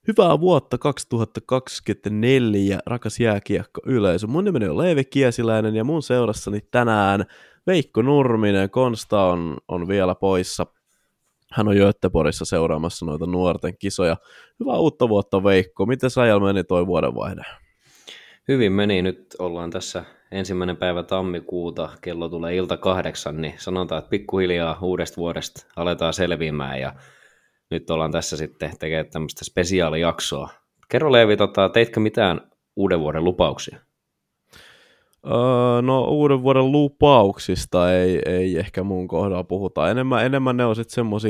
Hyvää vuotta 2024, rakas jääkiekko-yleisö. Mun nimeni on Leevi Kiesiläinen ja mun seurassani tänään Veikko Nurminen. Konsta on vielä poissa. Hän on Göteborgissa seuraamassa noita nuorten kisoja. Hyvää uutta vuotta, Veikko. Miten ajalla meni toi vuodenvaihde? Hyvin meni. Nyt ollaan tässä 1. päivä tammikuuta, kello tulee ilta 8, niin sanotaan, että pikkuhiljaa uudesta vuodesta aletaan selviämään ja nyt ollaan tässä sitten tekemään tämmöistä spesiaalijaksoa. Kerro Leevi, teitkö mitään uuden vuoden lupauksia? No uuden vuoden lupauksista ei ehkä mun kohdalla puhuta. Enemmän ne on sitten semmosia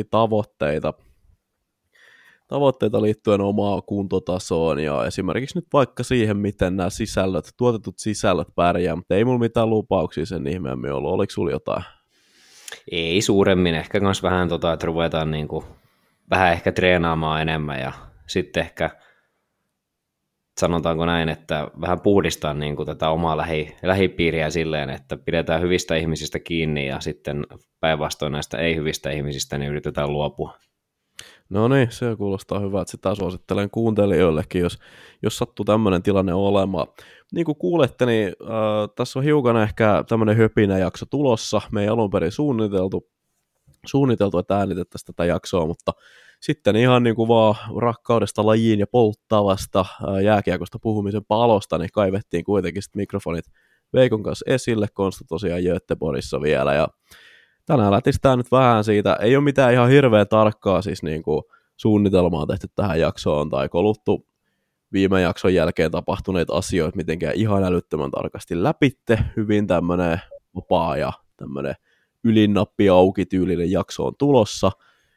tavoitteita liittyen omaan kuntotasoon ja esimerkiksi nyt vaikka siihen, miten nämä tuotetut sisällöt pärjää, mutta ei mulla mitään lupauksia sen ihmeemmin ollut. Oliko sulla jotain? Ei suuremmin, ehkä myös vähän että ruvetaan vähän ehkä treenaamaan enemmän ja sitten ehkä sanotaanko näin, että vähän puhdistaa tätä omaa lähipiiriä silleen, että pidetään hyvistä ihmisistä kiinni ja sitten päinvastoin näistä ei-hyvistä ihmisistä niin yritetään luopua. No niin, se kuulostaa hyvä, että sitä suosittelen kuuntelijoillekin, jos sattuu tämmöinen tilanne olemaan. Niin kuin kuulette, niin tässä on hiukan ehkä tämmöinen höpinäjakso tulossa. Me ei alun perin suunniteltu, että äänitettäisiin tätä jaksoa, mutta sitten ihan niin kuin vaan rakkaudesta lajiin ja polttavasta jääkiekosta puhumisen palosta, niin kaivettiin kuitenkin sitten mikrofonit Veikon kanssa esille, Konsta tosiaan Göteborgissa vielä, ja tänään lätistään nyt vähän siitä, ei ole mitään ihan hirveän tarkkaa siis niin kuin suunnitelmaa tehty tähän jaksoon, tai koluttu viime jakson jälkeen tapahtuneita asioita mitenkään ihan älyttömän tarkasti läpitte, hyvin tämmöinen vapaa ja tämmöinen ylinnappi auki tyylinen jakso on tulossa.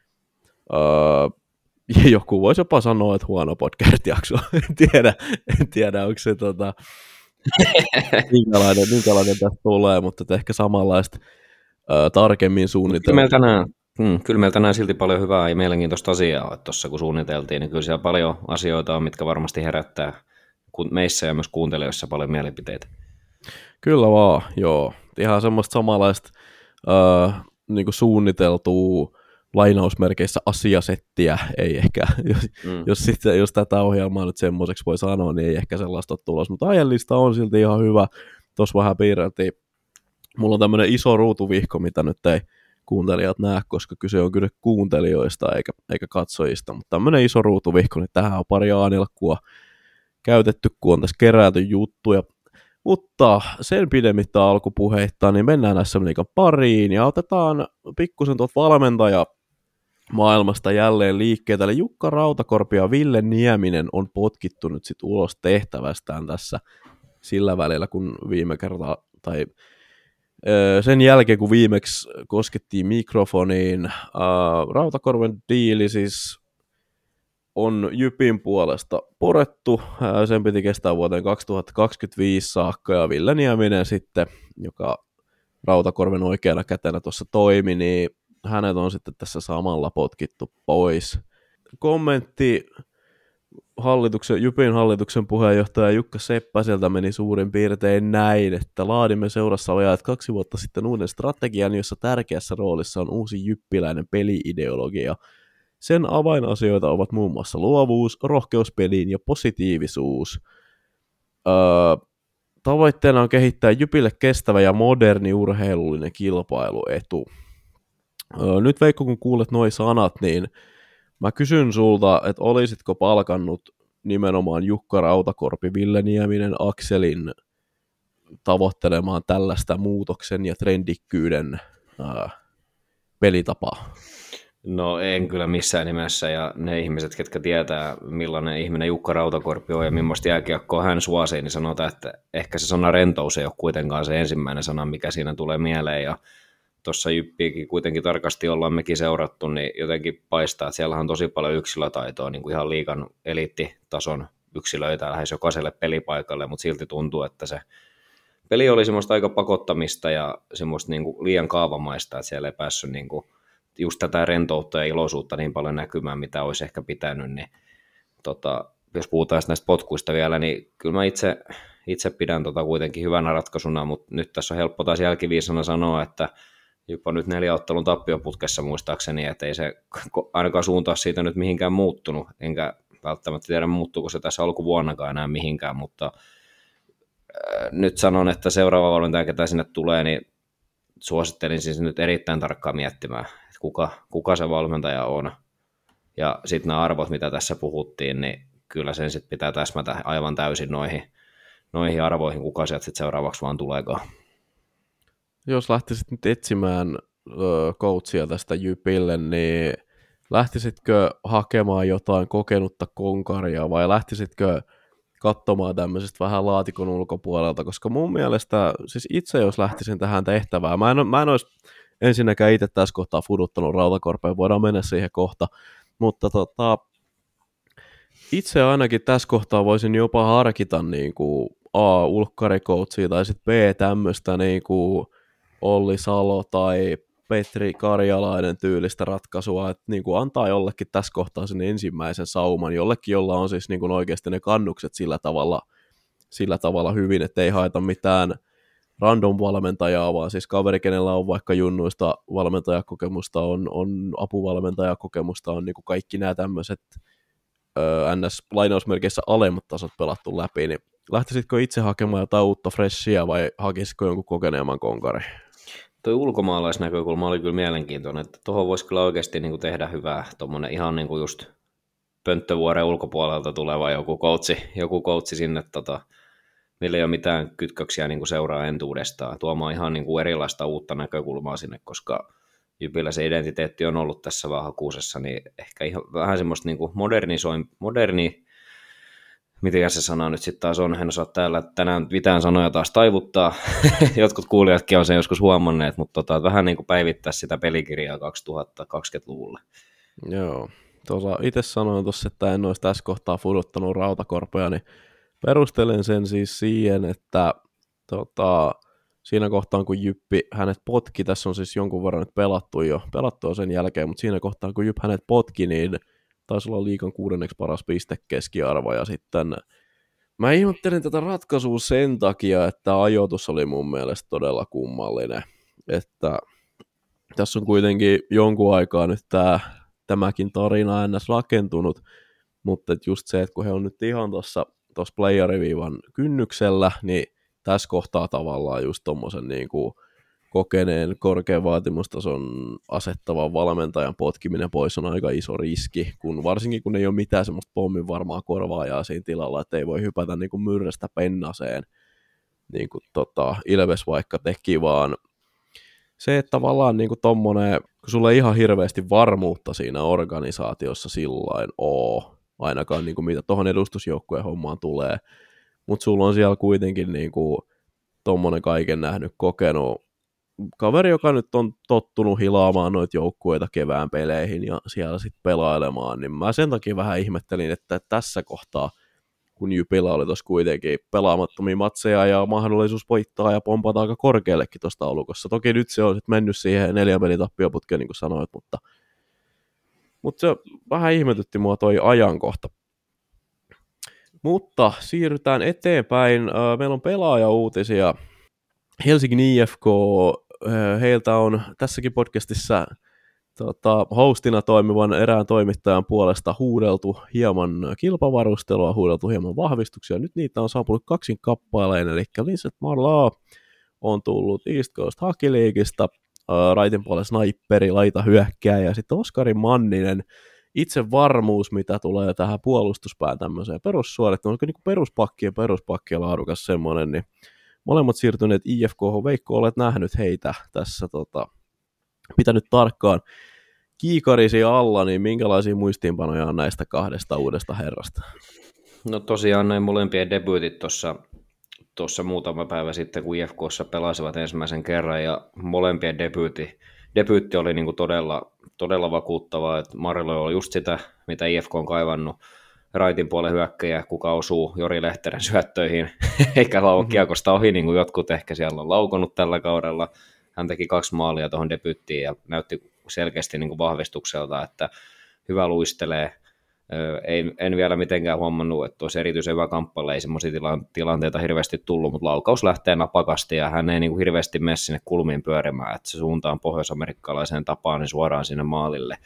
Joku voisi jopa sanoa, että huono podcast-jakso. En tiedä, onko se minkälainen tästä tulee, mutta ehkä samanlaista tarkemmin suunnitelmaa. Kyllä meillä tänään silti paljon hyvää ja mielenkiintoista asiaa, että tuossa kun suunniteltiin, niin kyllä siellä paljon asioita on, mitkä varmasti herättää meissä ja myös kuuntelijoissa paljon mielipiteitä. Kyllä vaan, joo. Ihan semmoista samanlaista niin kuin suunniteltua lainausmerkeissä asiasettiä, ei ehkä, jos tätä ohjelmaa nyt semmoiseksi voi sanoa, niin ei ehkä sellaista ole tulossa, mutta ajanlista on silti ihan hyvä. Tuossa vähän piirreltiin. Mulla on tämmöinen iso ruutuvihko, mitä nyt ei kuuntelijat näe, koska kyse on kyllä kuuntelijoista eikä katsojista, mutta tämmöinen iso ruutuvihko, niin tähän on pari aanilkkua käytetty, kun on tässä keräilty juttuja. Mutta sen pidemmittä alkupuheittain, niin mennään SM Liigan pariin ja otetaan pikkusen tuolta valmentajamaailmasta jälleen liikkeelle. Eli Jukka Rautakorpi ja Ville Nieminen on potkittu nyt sit ulos tehtävästään tässä sillä välillä, kun viime kertaa, tai sen jälkeen, kun viimeksi koskettiin mikrofoniin, Rautakorven diili siis on Jypin puolesta purettu, sen piti kestää vuoteen 2025 saakka, ja Ville Nieminen sitten, joka Rautakorven oikeana kätenä tuossa toimi, niin hänet on sitten tässä samalla potkittu pois. Kommentti Jypin hallituksen puheenjohtaja Jukka Seppäseltä meni suurin piirtein näin, että laadimme seurassa vajat 2 vuotta sitten uuden strategian, jossa tärkeässä roolissa on uusi jyppiläinen peli-ideologia. Sen avainasioita ovat muun muassa luovuus, rohkeus peliin ja positiivisuus. Tavoitteena on kehittää Jypille kestävä ja moderni urheilullinen kilpailuetu. Nyt Veikko, kun kuulet noi sanat, niin mä kysyn sulta, että olisitko palkannut nimenomaan Jukka Rautakorpi, Ville Nieminen, Akselin tavoittelemaan tällaista muutoksen ja trendikkyyden pelitapaa? No en kyllä missään nimessä, ja ne ihmiset, ketkä tietää, millainen ihminen Jukka Rautakorpi on ja millaista jääkiekkoa hän suosii, niin sanotaan, että ehkä se sana rentous ei ole kuitenkaan se ensimmäinen sana, mikä siinä tulee mieleen, ja tuossa Jyppiäkin kuitenkin tarkasti ollaan mekin seurattu, niin jotenkin paistaa, että siellä on tosi paljon yksilötaitoa, niin kuin ihan liigan eliittitason yksilöitä lähes jokaiselle pelipaikalle, mutta silti tuntuu, että se peli oli semmoista aika pakottamista ja semmoista niin kuin liian kaavamaista, että siellä ei päässyt niin kuin just tätä rentoutta ja iloisuutta niin paljon näkymään, mitä olisi ehkä pitänyt, niin jos puhutaan näistä potkuista vielä, niin kyllä mä itse pidän kuitenkin hyvänä ratkaisuna, mutta nyt tässä on helppo taas jälkiviisana sanoa, että jopa nyt 4 ottelun tappioputkessa muistaakseni, että ei se ainakaan suuntaus siitä nyt mihinkään muuttunut, enkä välttämättä tiedä muuttuuko se tässä alkuvuonnakaan enää mihinkään, mutta nyt sanon, että seuraava valmentaja, ketä sinne tulee, niin suosittelin siis nyt erittäin tarkkaan miettimään, että kuka se valmentaja on. Ja sitten nämä arvot, mitä tässä puhuttiin, niin kyllä sen sitten pitää täsmätä aivan täysin noihin arvoihin, kuka sieltä sitten seuraavaksi vaan tuleekaan. Jos lähtisit nyt etsimään coachia tästä Jypille, niin lähtisitkö hakemaan jotain kokenutta konkaria vai lähtisitkö katsomaan tämmöisestä vähän laatikon ulkopuolelta, koska mun mielestä, siis itse jos lähtisin tähän tehtävään, mä en olisi ensinnäkään itse tässä kohtaa fuduttanut Rautakorpeen, voidaan mennä siihen kohta, mutta itse ainakin tässä kohtaa voisin jopa harkita niin kuin A, ulkkarikoutsia tai sitten B, tämmöistä niin kuin Olli Salo tai Petri Karjalainen tyylistä ratkaisua, että niin kuin antaa jollekin tässä kohtaa sen ensimmäisen sauman, jollekin, jolla on siis niin kuin oikeasti ne kannukset sillä tavalla hyvin, että ei haeta mitään random valmentajaa, vaan siis kaveri, kenellä on vaikka junnuista valmentajakokemusta, on apuvalmentajakokemusta, on niin kuin kaikki nämä tämmöiset NS-lainausmerkeissä alemmat tasot pelattu läpi, niin lähtisitkö itse hakemaan jotain uutta freshia vai hakisitko jonkun kokeneemman konkari? Tuo ulkomaalaisnäkökulma oli kyllä mielenkiintoinen, että tuohon voisi kyllä oikeasti niin kuin tehdä hyvää, tuommoinen ihan niin kuin just pönttövuoren ulkopuolelta tuleva joku coachi sinne, millä ei ole mitään kytköksiä niin kuin seuraa entuudestaan, tuomaan ihan niin kuin erilaista uutta näkökulmaa sinne, koska Jypillä se identiteetti on ollut tässä vähän hakuusessa, niin ehkä ihan vähän semmoista niin kuin moderni, miten se sana nyt sitten taas on, en osaa täällä tänään mitään sanoja taas taivuttaa, jotkut kuulijatkin on sen joskus huomanneet, mutta vähän niin kuin päivittää sitä pelikirjaa 2020-luvulle. Joo, itse sanoin tuossa, että en olisi tässä kohtaa fuduttanut Rautakorpea, niin perustelen sen siis siihen, että siinä kohtaan, kun Jyppi hänet potki, tässä on siis jonkun verran nyt pelattu sen jälkeen, mutta siinä kohtaa, kun Jyppi hänet potki, niin taisi olla liigan 6. paras pistekeskiarvo, ja sitten mä ihmettelin tätä ratkaisua sen takia, että ajoitus oli mun mielestä todella kummallinen, että tässä on kuitenkin jonkun aikaa nyt tämäkin tarina ns. Rakentunut, mutta just se, että kun he on nyt ihan tuossa playeriviivan kynnyksellä, niin tässä kohtaa tavallaan just tommosen niin kuin kokeneen korkean vaatimustason asettavan valmentajan potkiminen pois on aika iso riski, varsinkin kun ei ole mitään semmoista pommin varmaa korvaajaa siinä tilalla, että ei voi hypätä niin kuin myrrästä pennaseen, niin kuin Ilves vaikka teki, vaan se, että tavallaan niin kuin tommonen, kun sulla ei ihan hirveästi varmuutta siinä organisaatiossa sillain oo, ainakaan niin kuin mitä tuohon edustusjoukkueen hommaan tulee, mutta sulla on siellä kuitenkin niin kuin tommonen kaiken nähnyt, kokenut kaveri, joka nyt on tottunut hilaamaan noita joukkueita kevään peleihin ja siellä sitten pelailemaan, niin mä sen takia vähän ihmettelin, että tässä kohtaa, kun Jypillä oli tuossa kuitenkin pelaamattomia matseja ja mahdollisuus voittaa ja pompata aika korkeallekin tuosta taulukossa. Toki nyt se on sitten mennyt siihen 4 pelin tappioputkeen, niin kuin sanoit, mutta se vähän ihmetytti mua toi ajankohta. Mutta siirrytään eteenpäin. Meillä on pelaajauutisia. Helsingin IFK, heiltä on tässäkin podcastissa hostina toimivan erään toimittajan puolesta huudeltu hieman kilpavarustelua, huudeltu hieman vahvistuksia. Nyt niitä on saapunut 2 kappaleen, eli Vincent Marlaa on tullut East Coast Hockey Leagueista, raitin puolella sniperi, laita hyökkääjä, ja sitten Oskari Manninen, itse varmuus, mitä tulee tähän puolustuspään tämmöiseen perussuoritteluun, onko niin peruspakki ja laadukas semmoinen, niin molemmat siirtyneet IFK. Veikko, olet nähnyt heitä tässä, pitänyt tarkkaan kiikarisi alla, niin minkälaisia muistiinpanoja on näistä 2 uudesta herrasta? No tosiaan noin molempien debyytit tuossa muutama päivä sitten, kun IFK:ssa pelasivat ensimmäisen kerran, ja molempien debyytti oli niin kuin todella vakuuttavaa, että Marilo oli just sitä, mitä IFK on kaivannut, raitin puolen hyökkäjä, kuka osuu Jori Lehteren syöttöihin, eikä lauko kiekosta ohi, niin kuin jotkut ehkä siellä on laukonut tällä kaudella. Hän teki 2 maalia tuohon debyyttiin ja näytti selkeästi niin kuin vahvistukselta, että hyvä luistelee. En vielä mitenkään huomannut, että olisi erityisen hyvä kamppaile, ei semmoisia tilanteita hirveästi tullut, mutta laukaus lähtee napakasti ja hän ei niin kuin hirveästi mene sinne kulmiin pyörimään, että se suuntaan pohjois-amerikkalaiseen tapaan niin suoraan sinne maalille.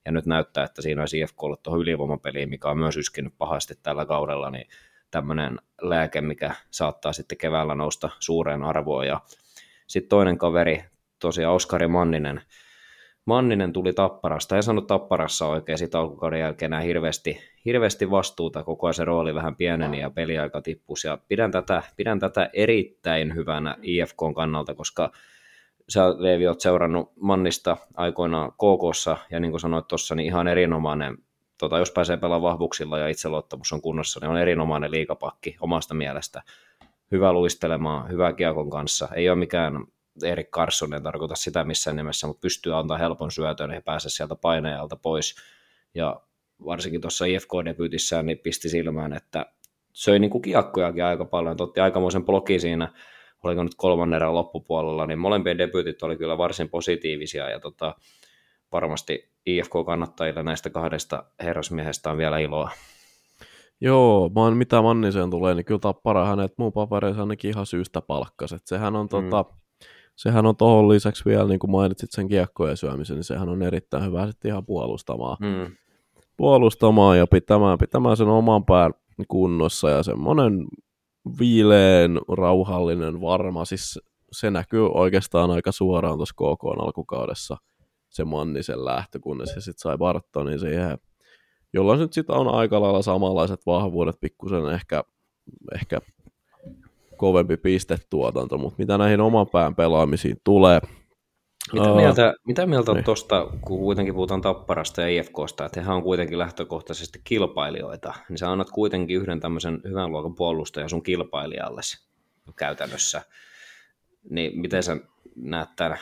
ja nyt näyttää, että siinä olisi IFK ollut tuohon ylivoimapeliin, mikä on myös yskinyt pahasti tällä kaudella, niin tämmöinen lääke, mikä saattaa sitten keväällä nousta suureen arvoon. Ja sitten toinen kaveri, tosiaan Oskari Manninen. Manninen tuli Tapparasta, ei saanut Tapparassa oikein siitä alkukauden jälkeen enää hirveästi vastuuta, koko ajan se rooli vähän pieneni ja peliaika tippusi. Ja pidän tätä erittäin hyvänä IFK:n kannalta, koska sä, Leevi, oot seurannut Mannista aikoinaan KK:ssa, ja niin kuin sanoit tuossa, niin ihan erinomainen, jos pääsee pelaamaan vahvuuksilla ja itseluottamus on kunnossa, niin on erinomainen liigapakki omasta mielestä. Hyvä luistelemaan, hyvä kiekon kanssa, ei ole mikään Erik Karlsson, en tarkoita sitä missään nimessä, mutta pystyy antaa helpon syötön ja pääsee sieltä painajalta pois. Ja varsinkin tuossa IFK-debyytissään niin pisti silmään, että söi niin kuin kiekkojakin aika paljon, otti aikamoisen blokin siinä, oliko nyt 3. erän loppupuolella, niin molempien debyytit oli kyllä varsin positiivisia, ja varmasti IFK-kannattajille näistä 2 herrasmiehestä on vielä iloa. Joo, mitä Manniseen tulee, niin kyllä Tappara hänet muun papereissa ainakin ihan syystä palkkasi. Sehän on tohon lisäksi vielä, niin kuin mainitsit sen kiekkojen syömisen, niin sehän on erittäin hyvä sitten ihan puolustamaan ja pitämään sen oman pään kunnossa, ja semmoinen viileän, rauhallinen, varma, siis se näkyy oikeastaan aika suoraan tuossa KK:n alkukaudessa, se Mannisen lähtö, kunnes se sitten sai Bartonin siihen, jolloin nyt sitten on aika lailla samanlaiset vahvuudet, pikkusen ehkä kovempi pistetuotanto, mutta mitä näihin oman pään pelaamisiin tulee. Mitä mieltä on tuosta, kun kuitenkin puhutaan Tapparasta ja IFK:sta, että hehän on kuitenkin lähtökohtaisesti kilpailijoita, niin sä annat kuitenkin yhden tämmöisen hyvän luokan puolustajan sun kilpailijallesi käytännössä. Niin miten sä näet tämän?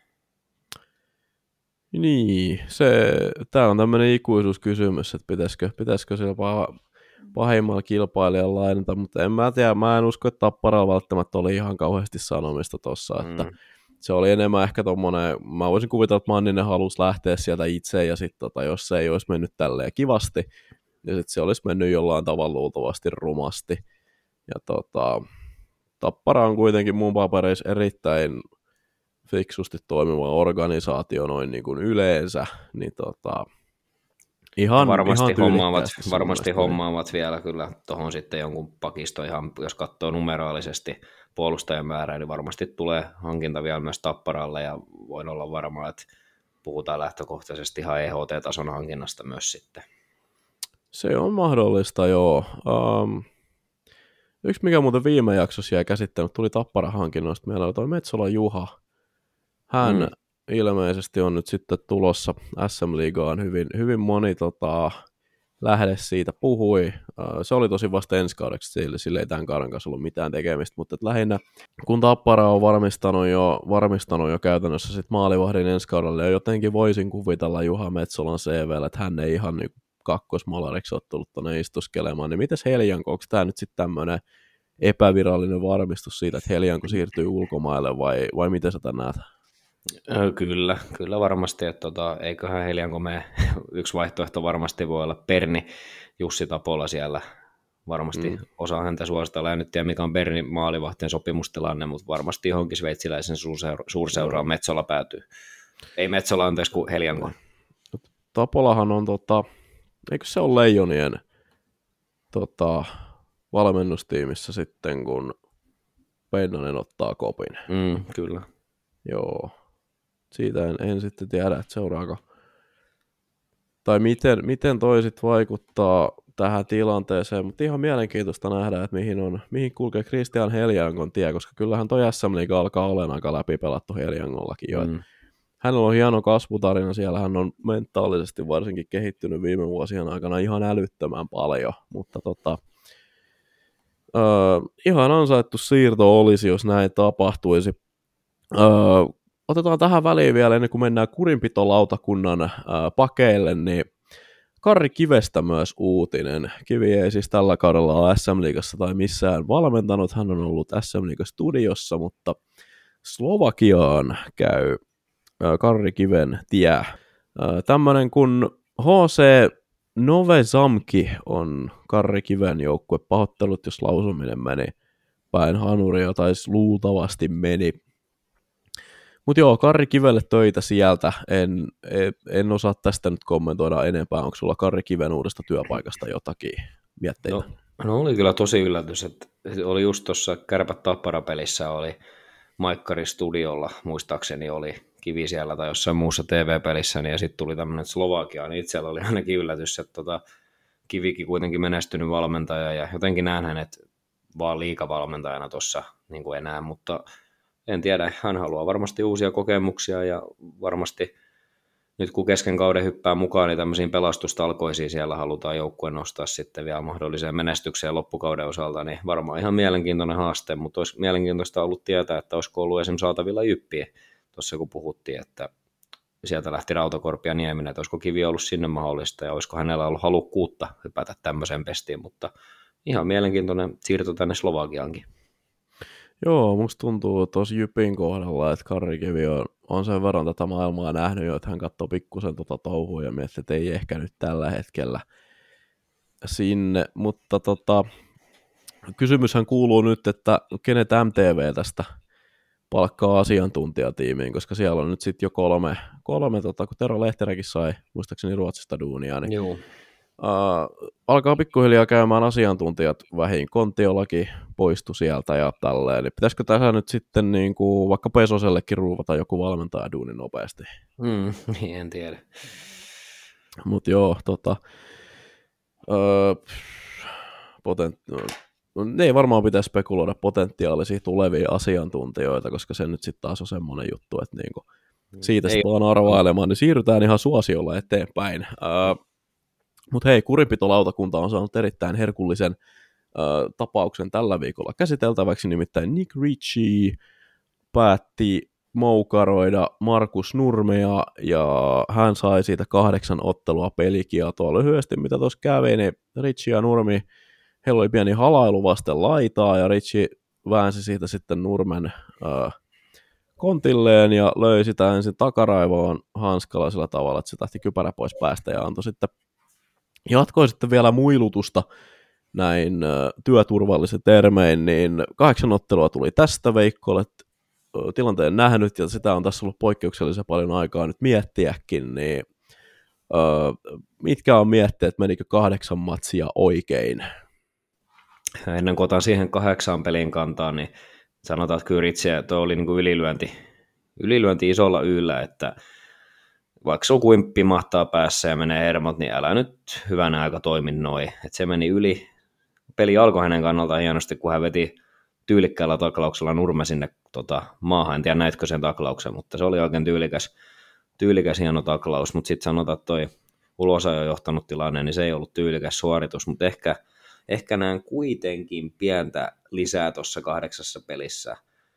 Niin, tämä on tämmöinen ikuisuuskysymys, että pitäisikö siellä pahimmalla kilpailijalla lainata, mutta en mä tiedä, mä en usko, että Tapparalla välttämättä oli ihan kauheasti sanomista tuossa, että se oli enemmän ehkä tommonen, mä voisin kuvitella, että Manninen halusi lähteä sieltä itse, ja sitten jos se ei olisi mennyt tälleen kivasti, ja sitten se olisi mennyt jollain tavalla luultavasti rumasti, ja Tappara on kuitenkin mun papereissa erittäin fiksusti toimiva organisaatio noin niin kuin yleensä, niin varmasti hommaavat vielä kyllä tuohon sitten jonkun pakisto ihan, jos katsoo numeraalisesti puolustajan määrää, niin varmasti tulee hankinta vielä myös Tapparalle, ja voin olla varma, että puhutaan lähtökohtaisesti ihan EHT-tason hankinnasta myös sitten. Se on mahdollista, joo. Yksi, mikä muuten viime jaksossa jäi käsittänyt, tuli Tappara-hankinnoista. Meillä oli toi Metsola Juha. Hän ilmeisesti on nyt sitten tulossa SM-liigaan. Hyvin moni lähde siitä puhui. Se oli tosi vasta ensi kaudeksi, sillä ei tämän kauden kanssa ollut mitään tekemistä, mutta lähinnä kun Tappara on varmistanut jo käytännössä sit maalivahdin ensi kaudelle, ja jotenkin voisin kuvitella Juha Metsolan CV:llä, että hän ei ihan niin kakkosmalariksi ole tullut tuonne istuskelemaan, niin mites Heljanko, onko tämä nyt sitten tämmöinen epävirallinen varmistus siitä, että Heljanko siirtyy ulkomaille, vai miten sä tämän näet? Kyllä varmasti, että eiköhän Heljanko mene, yksi vaihtoehto varmasti voi olla Perni, Jussi Tapola siellä, varmasti osaa häntä suositella, en nyt tiedä mikä on Bernin maalivahtien sopimustilanne, mutta varmasti johonkin sveitsiläisen suurseuraan Metsola päätyy. Ei Metsola anteeksi kuin Heljanko. Tapolahan on eikö se ole Leijonien valmennustiimissä sitten, kun Pennanen ottaa kopin? Kyllä. Joo. Siitä en sitten tiedä, että seuraako. Tai miten toi sit vaikuttaa tähän tilanteeseen, mutta ihan mielenkiintoista nähdä, että mihin kulkee Christian Heljankon tie, koska kyllähän toi SM-liiga alkaa olemaan aika läpipelattu Heljangollakin jo. Hänellä on hieno kasvutarina siellä, hän on mentaalisesti varsinkin kehittynyt viime vuosien aikana ihan älyttömän paljon, mutta ihan ansaittu siirto olisi, jos näin tapahtuisi. Otetaan tähän väliin vielä, ennen kuin mennään kurinpitolautakunnan pakeille, niin Karri Kivestä myös uutinen. Kivi ei siis tällä kaudella ole SM-liigassa tai missään valmentanut, hän on ollut SM-liigastudiossa, mutta Slovakiaan käy Karri Kiven tie. Tämmöinen kuin HC Nove Zamki on Karri Kiven joukkue, pahoittelut jos lausuminen meni päin hanuria, tai luultavasti meni. Mutta joo, Karri Kivelle töitä sieltä. En osaa tästä nyt kommentoida enempää. Onko sulla Karri Kiven uudesta työpaikasta jotakin mietteitä? No oli kyllä tosi yllätys, että oli just tuossa Kärpät Tappara-pelissä oli Maikkari Studiolla, muistaakseni oli Kivi siellä tai jossain muussa TV-pelissä, niin ja sitten tuli tämmöinen Slovakia, niin itsellä oli ainakin yllätys, että Kivikin kuitenkin menestynyt valmentaja, ja jotenkin näen hänet vaan liikavalmentajana tuossa niin kuin enää, mutta en tiedä, hän haluaa varmasti uusia kokemuksia, ja varmasti nyt kun kesken kauden hyppää mukaan, niin tämmöisiin pelastustalkoisiin siellä halutaan joukkue nostaa sitten vielä mahdolliseen menestykseen loppukauden osalta, niin varmaan ihan mielenkiintoinen haaste, mutta olisi mielenkiintoista ollut tietää, että olisiko ollut esimerkiksi saatavilla Jyppiä, tuossa kun puhuttiin, että sieltä lähti Rautakorpi ja Nieminen, että olisiko Kivi ollut sinne mahdollista ja olisiko hänellä ollut halukkuutta hypätä tämmöiseen pestiin, mutta ihan mielenkiintoinen siirto tänne Slovakiaankin. Joo, musta tuntuu tuossa Jypin kohdalla, että Karri Kivi on sen verran tätä maailmaa nähnyt jo, että hän katsoo pikkusen touhua ja miettii, että ei ehkä nyt tällä hetkellä sinne, mutta kysymyshän kuuluu nyt, että kenet MTV tästä palkkaa asiantuntijatiimiin, koska siellä on nyt sitten jo kolme kun Tero Lehteräkin sai muistaakseni Ruotsista duunia, niin Joo. Alkaa pikkuhiljaa käymään asiantuntijat vähin. Kontiolakin poistui sieltä ja tälleen. Niin pitäisikö tässä nyt sitten niin kuin vaikka Pesosellekin ruuvata joku valmentaja duuni nopeasti? En tiedä. Mutta joo, ne ei varmaan pitäisi spekuloida potentiaalisia tulevia asiantuntijoita, koska se nyt sitten taas on semmoinen juttu, että niinku siitä sitten tullaan arvailemaan, niin siirrytään ihan suosiolla eteenpäin. Mutta hei, kurinpitolautakunta on saanut erittäin herkullisen tapauksen tällä viikolla käsiteltäväksi, nimittäin Nick Ritchie päätti moukaroida Markus Nurmea, ja hän sai siitä 8 ottelua pelikieltoa. Lyhyesti mitä tuossa kävi, niin Ritchie ja Nurmi, heillä oli pieni halailu vasten laitaa, ja Ritchie väänsi siitä sitten Nurmen kontilleen, ja löi sitä ensin takaraivoon hanskalaisella tavalla, että se tahti kypärä pois päästä, ja jatkoi sitten vielä muilutusta näin työturvallisen termein, niin 8 ottelua tuli tästä. Veikko, olet tilanteen nähnyt, ja sitä on tässä ollut poikkeuksellisen paljon aikaa nyt miettiäkin, niin mitkä on mietteet, menikö 8 matsia oikein? Ennen kuin otan siihen 8 pelin kantaa, niin sanotaan, että kyllä Ritchie, tuo oli niin kuin ylilyönti isolla yllä, että vaikka se on kuin pimahtaa päässä ja menee hermot, niin älä nyt hyvänä aika toimi noin. Että se meni yli. Peli alkoi hänen kannaltaan hienosti, kun hän veti tyylikkäällä taklauksella Nurme sinne maahan. En tiedä näitkö sen taklauksen, mutta se oli oikein tyylikäs hieno taklaus. Mutta sitten sanotaan, että toi ulosajo johtanut tilanne, niin se ei ollut tyylikäs suoritus. Mutta ehkä näen kuitenkin pientä lisää tuossa 8 pelissä.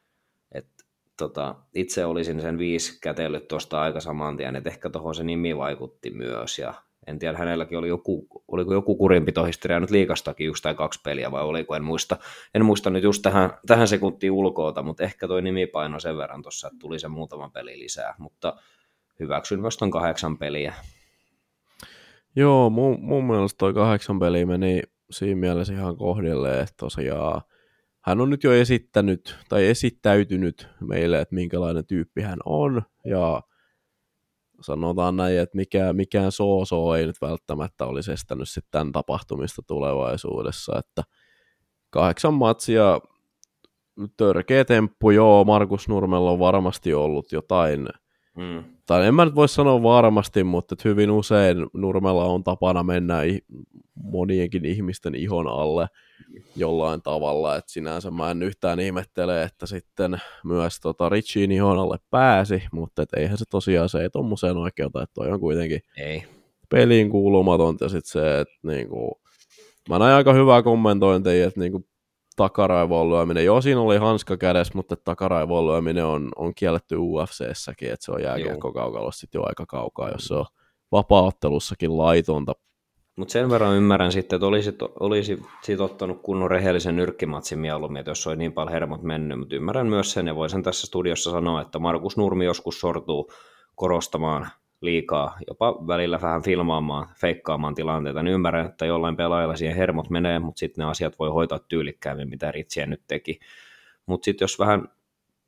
Itse olisin sen 5 kätellyt tuosta aika saman tien, että ehkä tuohon se nimi vaikutti myös, ja en tiedä, hänelläkin oliko joku kurinpitohistoria nyt liikastakin 1 tai 2 peliä, vai oliko, en muista nyt just tähän sekuntiin ulkoota, mutta ehkä toi nimi paino sen verran tuossa, että tuli se muutama peli lisää, mutta hyväksyn myös ton 8 peliä. Joo, mun mielestä toi 8 peliä meni siinä mielessä ihan kohdilleen, että tosiaan hän on nyt jo esittäytynyt meille, että minkälainen tyyppi hän on, ja sanotaan näin, että mikään so ei nyt välttämättä olisi estänyt sitten tämän tapahtumista tulevaisuudessa, että 8 matsia, törkeä temppu, joo, Markus Nurmella on varmasti ollut jotain, tai en mä nyt voi sanoa varmasti, mutta että hyvin usein Nurmella on tapana mennä monienkin ihmisten ihon alle jollain tavalla, että sinänsä mä en yhtään ihmettele, että sitten myös Ritchien ihon alle pääsi, mutta et eihän se tosiaan se ei tommoseen oikeuta, että toi on kuitenkin peliin kuulumatonta, ja sitten se, että niinku, mä näin aika hyvää kommentointia, että niinku takaraivoon lyöminen, joo siinä oli hanska kädessä, mutta takaraivoon lyöminen on kielletty UFC:ssäkin, että se on jääkiekkokaukalossa sitten jo aika kaukaa, jos se on vapaaottelussakin laitonta. Mutta sen verran ymmärrän sitten, että olisi siitä ottanut kunnon rehellisen nyrkkimatsin mieluummin, että jos olisi niin paljon hermot mennyt, mutta ymmärrän myös sen, ja voisin tässä studiossa sanoa, että Markus Nurmi joskus sortuu korostamaan liikaa, jopa välillä vähän filmaamaan, feikkaamaan tilanteita, niin ymmärrän, että jollain pelaajalla siihen hermot menee, mutta sitten ne asiat voi hoitaa tyylikkäämmin, mitä Ritchie nyt teki. Mutta sitten jos vähän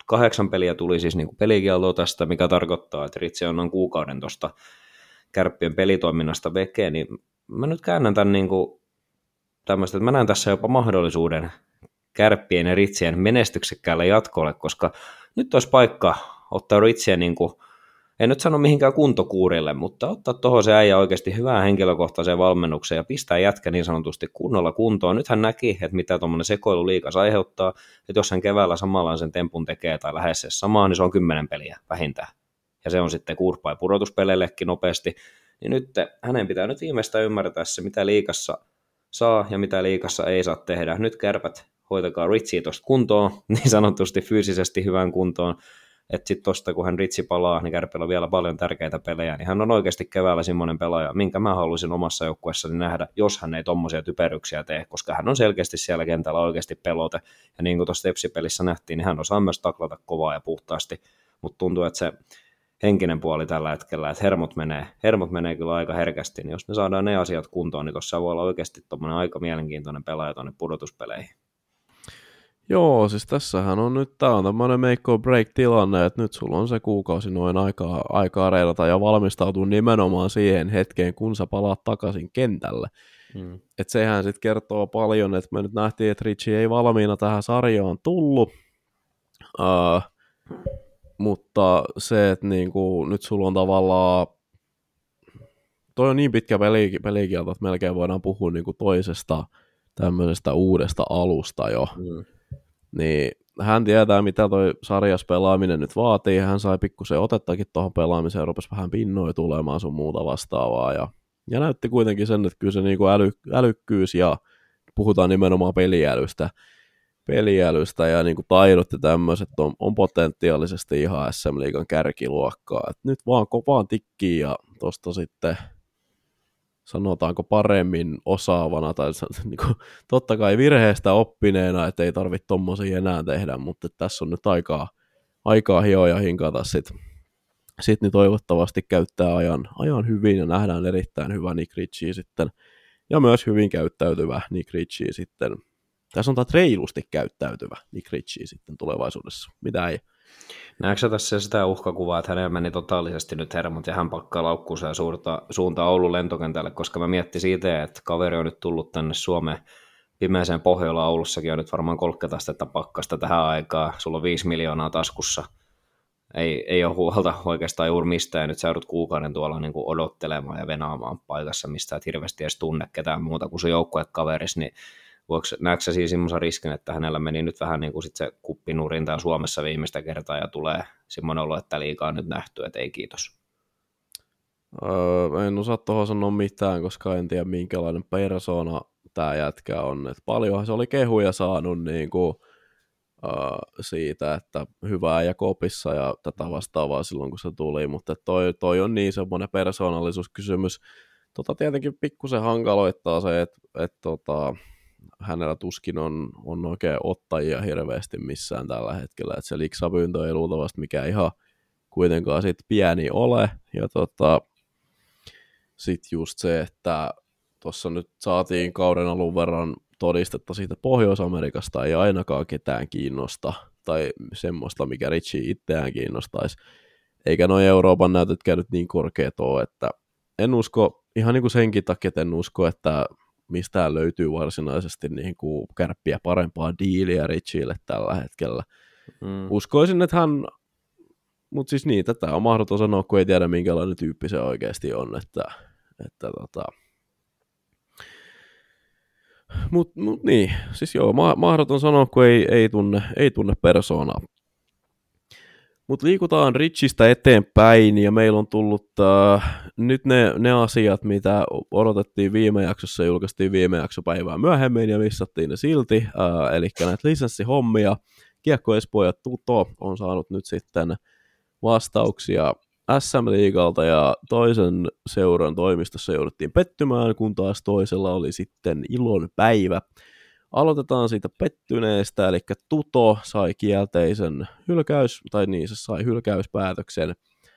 8 peliä tuli siis niin kuin pelikieltoa tästä, mikä tarkoittaa, että Ritsi on noin kuukauden tuosta Kärppien pelitoiminnasta vekeen, niin mä nyt käännän tämän niin kuin tämmöistä, että mä näen tässä jopa mahdollisuuden Kärppien ja Ritsien menestyksekkäälle jatkolle, koska nyt olisi paikka ottaa Ritsien, niin kuin, en nyt sano mihinkään kuntokuurille, mutta ottaa tuohon se äijä oikeasti hyvään henkilökohtaiseen valmennukseen ja pistää jätkä niin sanotusti kunnolla kuntoon. Nyt hän näki, että mitä tuommoinen sekoilu liigas aiheuttaa, että jos hän keväällä samanlaisen tempun tekee tai lähes se samaa, niin se on 10 peliä vähintään. Ja se on sitten kurpaa pudotuspeleillekin nopeasti, niin nyt hänen pitää nyt viimeistään ymmärtää se, mitä liigassa saa ja mitä liigassa ei saa tehdä. Nyt Kärpät hoitakaa Ritchie tuosta kuntoon, niin sanotusti fyysisesti hyvään kuntoon, että sitten tuosta kun hän Ritchie palaa, niin Kärpillä on vielä paljon tärkeitä pelejä, niin hän on oikeasti keväällä semmoinen pelaaja, minkä mä haluaisin omassa joukkueessani nähdä, jos hän ei tommosia typeryksiä tee, koska hän on selkeästi siellä kentällä oikeasti pelote, ja niin kuin tuossa Tepsi-pelissä nähtiin, niin hän osaa myös taklata kovaa ja puhtaasti, mutta tuntuu, että se henkinen puoli tällä hetkellä, että hermot menee kyllä aika herkästi, niin jos me saadaan ne asiat kuntoon, niin tuossa voi olla oikeasti tommoinen aika mielenkiintoinen pelaaja tuonne pudotuspeleihin. Joo, siis tässähän on nyt, tää on tämmönen make or break tilanne, että nyt sulla on se kuukausi noin aikaa reilata ja valmistautua nimenomaan siihen hetkeen, kun sä palaat takaisin kentälle. Että sehän sitten kertoo paljon, että me nyt nähtiin, että Ritchie ei valmiina tähän sarjaan tullut, mutta se, että niinku, nyt sulla on tavallaan, toi on niin pitkä pelikielto, että melkein voidaan puhua niinku toisesta tämmöisestä uudesta alusta jo. Niin hän tietää, mitä toi sarjas pelaaminen nyt vaatii. Hän sai pikkusen otettakin tuohon pelaamiseen ja rupesi vähän pinnoja tulemaan sun muuta vastaavaa. Ja näytti kuitenkin sen, että kyllä se niinku älykkyys ja puhutaan nimenomaan peliälystä ja niinku taidot ja tämmöiset on potentiaalisesti ihan SM-liigan kärkiluokkaa. Et nyt vaan kovaan tikkiin ja tosta sitten sanotaanko paremmin osaavana tai niin totta kai virheestä oppineena, että ei tarvitse tommosia enää tehdä, mutta tässä on nyt aikaa hioa ja hinkata sit niin toivottavasti käyttää ajan hyvin ja nähdään erittäin hyvä Nick Ritchie sitten ja myös hyvin käyttäytyvä Nick Ritchie sitten. Tässä on reilusti käyttäytyvä Nick Ritchie sitten tulevaisuudessa. Mitä ei? Näetkö sä tässä sitä uhkakuvaa, että hänellä meni totaalisesti nyt hermot ja hän pakkaa laukkuunsa ja suuntaa Oulun lentokentälle, koska mä miettin siitä, että kaveri on nyt tullut tänne Suomeen pimeäseen Pohjolaan. Oulussakin on nyt varmaan 30 astetta pakkasta tähän aikaan. Sulla on 5 miljoonaa taskussa. Ei ole huolta oikeastaan juuri mistään. Nyt sä joudut kuukauden tuolla niin kuin odottelemaan ja venaamaan paikassa, mistä et hirveästi edes tunne ketään muuta kuin sun joukkuekaveris, niin näetkö sä siis semmoisen riskin, että hänellä meni nyt vähän niin kuin sit se kuppinurin täällä Suomessa viimeistä kertaa ja tulee semmoinen olo, että liikaa nyt nähty, että ei kiitos? En osaa tuohon sanoa mitään, koska en tiedä minkälainen persona tämä jätkä on. Et paljonhan se oli kehuja saanut niin kuin, siitä, että hyvää ja kopissa ja tätä vastaavaa silloin, kun se tuli, mutta toi on niin semmoinen persoonallisuuskysymys. Tietenkin pikkusen hankaloittaa se, että hänellä tuskin on oikein ottajia hirveästi missään tällä hetkellä, että se liksapyyntö ei luultavasti mikään ihan kuitenkaan sit pieni ole, ja sitten just se, että tuossa nyt saatiin kauden alun verran todistetta siitä Pohjois-Amerikasta ei ainakaan ketään kiinnosta, tai semmoista, mikä Ritchie itseään kiinnostaisi, eikä nuo Euroopan näytötkään nyt niin korkeat ole, että en usko, ihan niin kuin senkin takia, että en usko, että mistään löytyy varsinaisesti niin kuin Kärppiä parempaa diiliä Ritchielle tällä hetkellä. Uskoisin, että hän, mutta siis niin, tätä on mahdoton sanoa, kun ei tiedä minkälainen tyyppi se oikeasti on, Mut niin, siis joo, mahdoton sanoa, kun ei tunne persoonaa. Mutta liikutaan Ritchistä eteenpäin, ja meillä on tullut nyt ne asiat, mitä odotettiin viime jaksossa, julkaistiin viime jaksopäivää myöhemmin, ja missattiin ne silti, eli näitä lisenssihommia. Kiekko Espoo ja Tuto on saanut nyt sitten vastauksia SM-liigalta, ja toisen seuran toimistossa jouduttiin pettymään, kun taas toisella oli sitten ilon päivä. Aloitetaan siitä pettyneestä, eli Tuto sai kielteisen se sai hylkäyspäätöksen.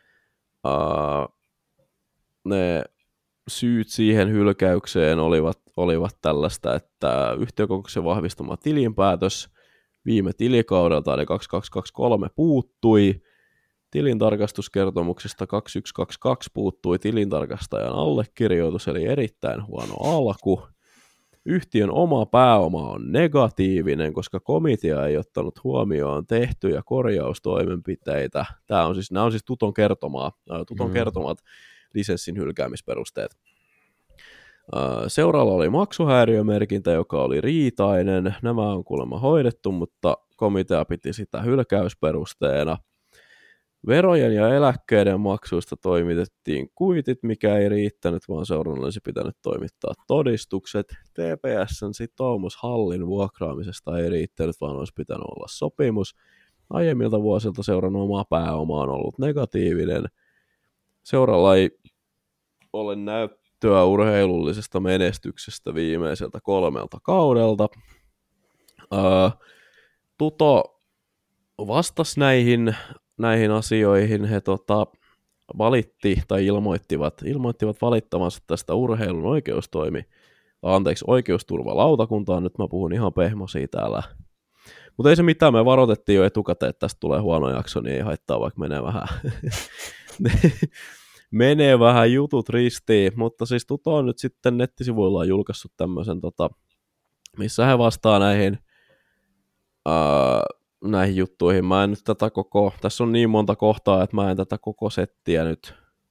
Ne syyt siihen hylkäykseen olivat tällaista, että yhtiökokouksen vahvistama tilinpäätös viime tilikaudelta, eli 2223 puuttui. Tilintarkastuskertomuksesta 2122 puuttui tilintarkastajan allekirjoitus, eli erittäin huono alku. Yhtiön oma pääoma on negatiivinen, koska komitea ei ottanut huomioon tehtyjä korjaustoimenpiteitä. Nämä on siis Tuton kertomat lisenssin hylkäämisperusteet. Seuraalla oli maksuhäiriömerkintä, joka oli riitainen. Nämä on kuulemma hoidettu, mutta komitea piti sitä hylkäysperusteena. Verojen ja eläkkeiden maksuista toimitettiin kuitit, mikä ei riittänyt, vaan seuran olisi pitänyt toimittaa todistukset. TPS:n sitoumus hallin vuokraamisesta ei riittänyt, vaan olisi pitänyt olla sopimus. Aiemmilta vuosilta seuran oma pääoma on ollut negatiivinen. Seuralla ei ole näyttöä urheilullisesta menestyksestä viimeiseltä 3 kaudelta. Tuto vastasi näihin asioihin. He ilmoittivat valittavansa tästä urheilun oikeusturvalautakuntaan. Nyt mä puhun ihan pehmosia täällä. Mutta ei se mitään, me varoitettiin jo etukäteen, että tästä tulee huono jakso, niin ei haittaa, vaikka menee vähän jutut ristiin. Mutta siis Tuto on nyt sitten nettisivuillaan julkaissut tämmöisen, missä he vastaa näihin juttuihin. Mä en nyt tässä on niin monta kohtaa, että mä en tätä koko settiä nyt.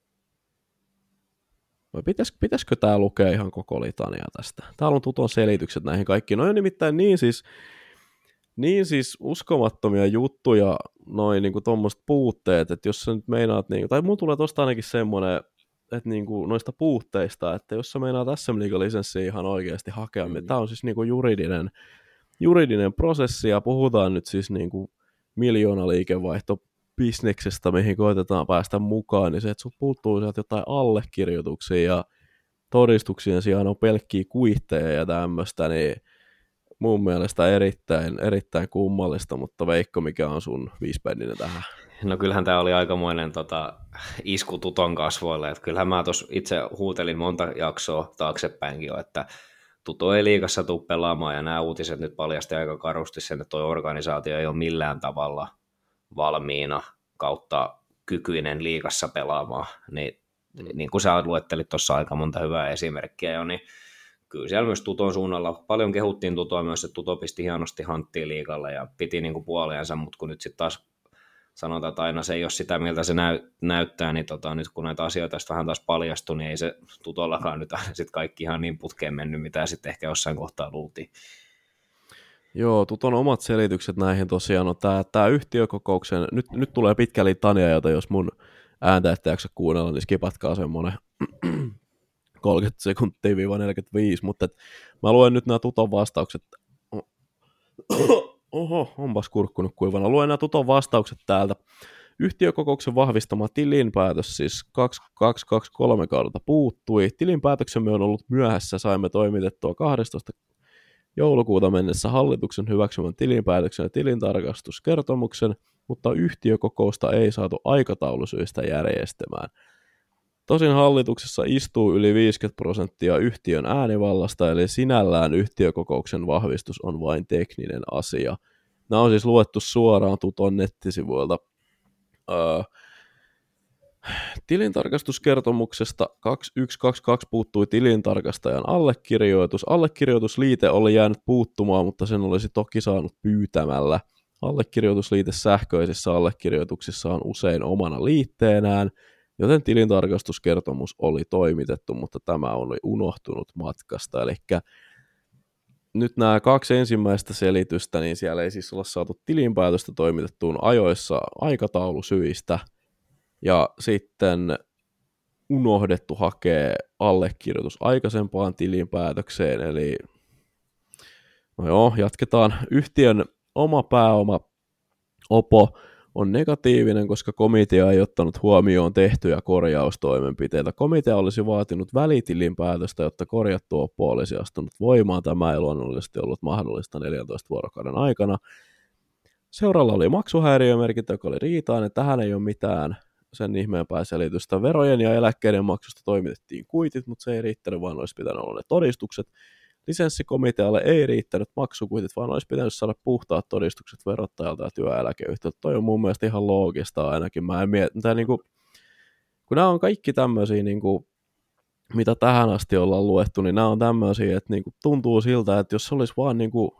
Vai pitäisikö tää lukea ihan koko litania tästä? Täällä on Tuton selitykset näihin kaikkiin. No on nimittäin niin siis uskomattomia juttuja, noin niinku tommoset puutteet, että jos sä nyt meinaat, tai mun tulee tosta ainakin semmonen, että niinku noista puutteista, että jos sä meinaat SM-liiga-lisenssiä ihan oikeasti hakea, niin tää on siis niinku juridinen prosessi, ja puhutaan nyt siis niinku miljoonaliikevaihto-bisneksestä, mihin koitetaan päästä mukaan, niin se, että sut puuttuu sieltä jotain allekirjoituksia ja todistuksien sijaan on pelkkiä kuihteja ja tämmöistä, niin mun mielestä erittäin kummallista, mutta Veikko, mikä on sun viisipenninen tähän? No kyllähän tämä oli aikamoinen isku Tuton kasvoille, että kyllähän mä tuossa itse huutelin monta jaksoa taaksepäinkin jo, että Tuto ei liigassa tule pelaamaan, ja nämä uutiset nyt paljasti aika karusti sen, että tuo organisaatio ei ole millään tavalla valmiina kautta kykyinen liigassa pelaamaan, niin kuin sä luettelit tuossa aika monta hyvää esimerkkiä jo, niin kyllä siellä myös Tuton suunnalla paljon kehuttiin Tutoa myös, että Tuto pisti hienosti hanttiin liigalle ja piti niin kuin puoliansa, mutta kun nyt sitten taas sanotaan, että aina se ei ole sitä, miltä se näyttää, niin nyt kun näitä asioita vähän taas paljastui, niin ei se Tutollakaan nyt sitten kaikki ihan niin putkeen mennyt, mitä sitten ehkä jossain kohtaa luultiin. Joo, Tuton omat selitykset näihin tosiaan on tämä yhtiökokouksen, nyt tulee pitkä litania, jota jos mun ääntä ette jaksa kuunnella, niin skipatkaa semmoinen 30 sekuntia-45, mutta mä luen nyt nämä Tuton vastaukset. Oho, onpas kurkkunut kuivana. Luen nämä Tuton vastaukset täältä. Yhtiökokouksen vahvistama tilinpäätös siis 2223 kaudelta puuttui. Tilinpäätöksemme on ollut myöhässä. Saimme toimitettua 12. joulukuuta mennessä hallituksen hyväksymän tilinpäätöksen ja tilintarkastuskertomuksen, mutta yhtiökokousta ei saatu aikataulusyistä järjestämään. Tosin hallituksessa istuu yli 50% yhtiön äänivallasta, eli sinällään yhtiökokouksen vahvistus on vain tekninen asia. Nämä on siis luettu suoraan Tuton nettisivuilta. Tilintarkastuskertomuksesta 2122 puuttui tilintarkastajan allekirjoitus. Allekirjoitusliite oli jäänyt puuttumaan, mutta sen olisi toki saanut pyytämällä. Allekirjoitusliite sähköisissä allekirjoituksissa on usein omana liitteenään, joten tilintarkastuskertomus oli toimitettu, mutta tämä oli unohtunut matkasta. Eli nyt nämä 2 ensimmäistä selitystä, niin siellä ei siis olla saatu tilinpäätöstä toimitettuun ajoissa aikataulusyistä, ja sitten unohdettu hakea allekirjoitus aikaisempaan tilinpäätökseen, eli no joo, jatketaan. Yhtiön oma pääoma OPO on negatiivinen, koska komitea ei ottanut huomioon tehtyjä korjaustoimenpiteitä. Komitea olisi vaatinut välitilinpäätöstä, jotta korjattu OPO olisi astunut voimaan. Tämä ei luonnollisesti ollut mahdollista 14 vuorokauden aikana. Seuralla oli maksuhäiriömerkintä, joka oli riitainen. Tähän ei ole mitään sen ihmeempää selitystä. Verojen ja eläkkeiden maksusta toimitettiin kuitit, mutta se ei riittänyt, vaan olisi pitänyt olla ne todistukset. lisenssikomitealle ei riittänyt maksukuitit, vaan olisi pitänyt saada puhtaat todistukset verottajalta ja työeläkeyhtiöltä. Toi on mun mielestä ihan loogista ainakin. Mä en niinku, kun nämä on kaikki tämmöisiä, niinku, mitä tähän asti ollaan luettu, niin nämä on tämmöisiä, että niinku, tuntuu siltä, että jos olisi vaan niinku,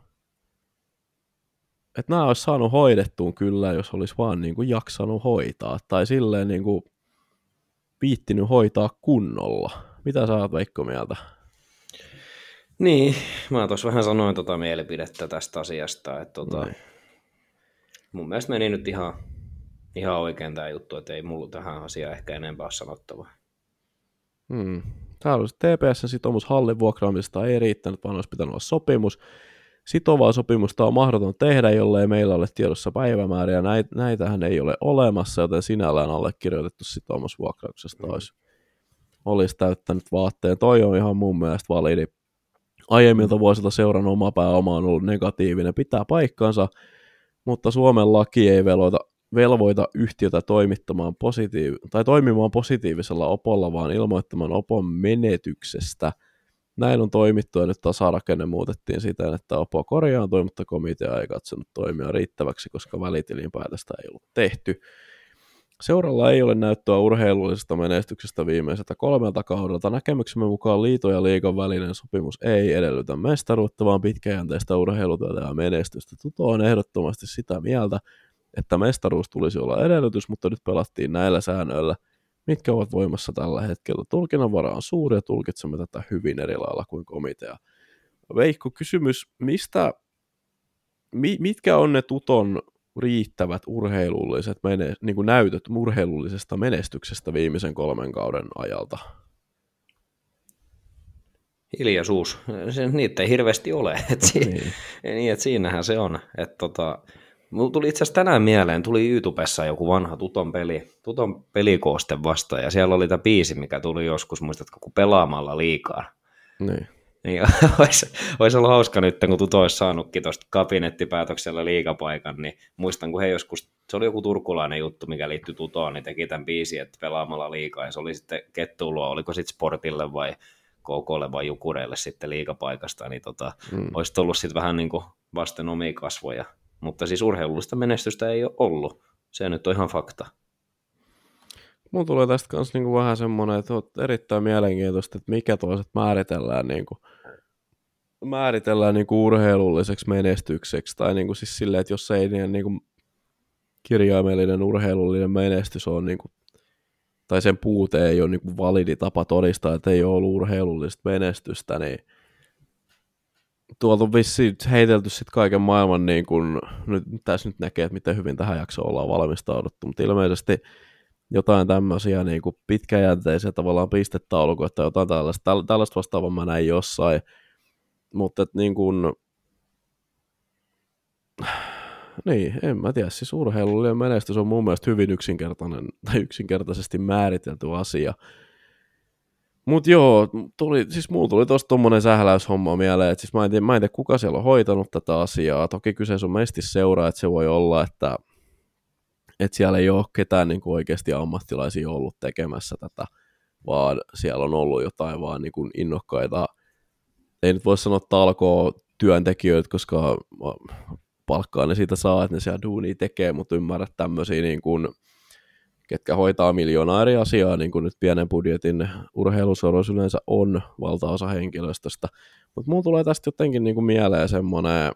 että nämä olisi saanut hoidettuun kyllä, jos olisi vaan niinku jaksanut hoitaa, tai silleen niinku viittinyt hoitaa kunnolla. Mitä sä oot, Veikko, mieltä? Niin, mä tuossa vähän sanoin mielipidettä tästä asiasta, että mun mielestä meni nyt ihan oikein tämä juttu, että ei mulla tähän asiaan ehkä enempää ole sanottavaa. Täällä olisi TPS:n sitoumus hallin vuokraamisesta ei riittänyt, vaan olisi pitänyt olla sopimus. Sitovaa sopimusta on mahdoton tehdä, jollei meillä ole tiedossa päivämääriä. Näitähän ei ole olemassa, joten sinällään allekirjoitettu sitoumus vuokrauksesta olisi täyttänyt vaatteen. Toi on ihan mun mielestä validi. Aiemmilta vuosilta seuran oma pääoma on ollut negatiivinen, pitää paikkansa, mutta Suomen laki ei velvoita yhtiötä toimimaan positiivisella opolla, vaan ilmoittamaan opon menetyksestä. Näin on toimittu ja nyt tasarakenne muutettiin siten, että opo korjaantui, mutta komitea ei katsonut toimia riittäväksi, koska välitilinpäätöstä ei ollut tehty. Seuralla ei ole näyttöä urheilullisesta menestyksestä viimeiseltä 3 kaudelta. Näkemyksemme mukaan liiton ja liigan välinen sopimus ei edellytä mestaruutta, vaan pitkäjänteistä urheilutyötä ja menestystä. Tuto on ehdottomasti sitä mieltä, että mestaruus tulisi olla edellytys, mutta nyt pelattiin näillä säännöillä, mitkä ovat voimassa tällä hetkellä. Tulkinnanvara on suuri ja tulkitsemme tätä hyvin eri lailla kuin komitea. Veikko, kysymys, mitkä on ne Tuton riittävät urheilulliset niin kuin näytöt urheilullisesta menestyksestä viimeisen 3 kauden ajalta? Hiljaisuus. Niitä ei hirveästi ole. Niin, että siinähän se on. Mulla tuli itse asiassa tänään mieleen, tuli YouTubessa joku vanha Tuton pelikooste vastaan, ja siellä oli tämä biisi, mikä tuli joskus, muistatko, kun pelaamalla liikaa. Niin olisi ollut hauska nyt, kun Tuto olisi saanutkin tuosta kabinettipäätöksellä liigapaikan, niin muistan, kun he joskus, se oli joku turkulainen juttu, mikä liittyi Tutoon, niin teki tämän biisin, että pelaamalla liikaa, ja se oli sitten Kettuilua, oliko sitten Sportille vai KKlle vai Jukureille sitten liigapaikasta, niin olisi tullut sitten vähän niin kuin vasten omia kasvoja. Mutta siis urheilullista menestystä ei ole ollut. Se nyt on ihan fakta. Mulla tulee tästä kanssa niinku vähän semmoinen, että on erittäin mielenkiintoista, että mikä toiset määritellään niinku urheilulliseksi menestykseksi. Tai niinku siis silleen, että jos ei niinku kirjaimellinen urheilullinen menestys on, niinku, tai sen puute ei ole niinku validi tapa todistaa, että ei ole ollut urheilullista menestystä, niin tuolta on vissiin heitelty sitten kaiken maailman, niin kun, tässä nyt näkee, että miten hyvin tähän jaksoon ollaan valmistauduttu, mutta ilmeisesti jotain tämmöisiä niin kuin pitkäjänteisiä tavallaan pistetaulukoita tai jotain tällaista vastaavaa mä näin jossain, mutta niin kuin, niin, en mä tiedä, siis urheilullinen menestys on mun mielestä hyvin yksinkertaisesti määritelty asia. Mut joo, mulla tuli tosta tommonen sähläyshomma mieleen, että siis mä en tiedä kuka siellä on hoitanut tätä asiaa. Toki kyseessä on mestis-seura, että se voi olla, että siellä ei ole ketään niin kuin oikeasti ammattilaisia ollut tekemässä tätä, vaan siellä on ollut jotain vaan niin kuin innokkaita, ei nyt voi sanoa talkoo työntekijöitä, koska palkkaa ne siitä saa, että ne siellä duunia tekee, mutta ymmärrät tämmöisiä niin kuin ketkä hoitaa miljoonaa eri asiaa, niin kuin nyt pienen budjetin urheiluseuroissa yleensä on valtaosa henkilöstöstä. Mutta mulla tulee tästä jotenkin niin kuin mieleen semmoinen,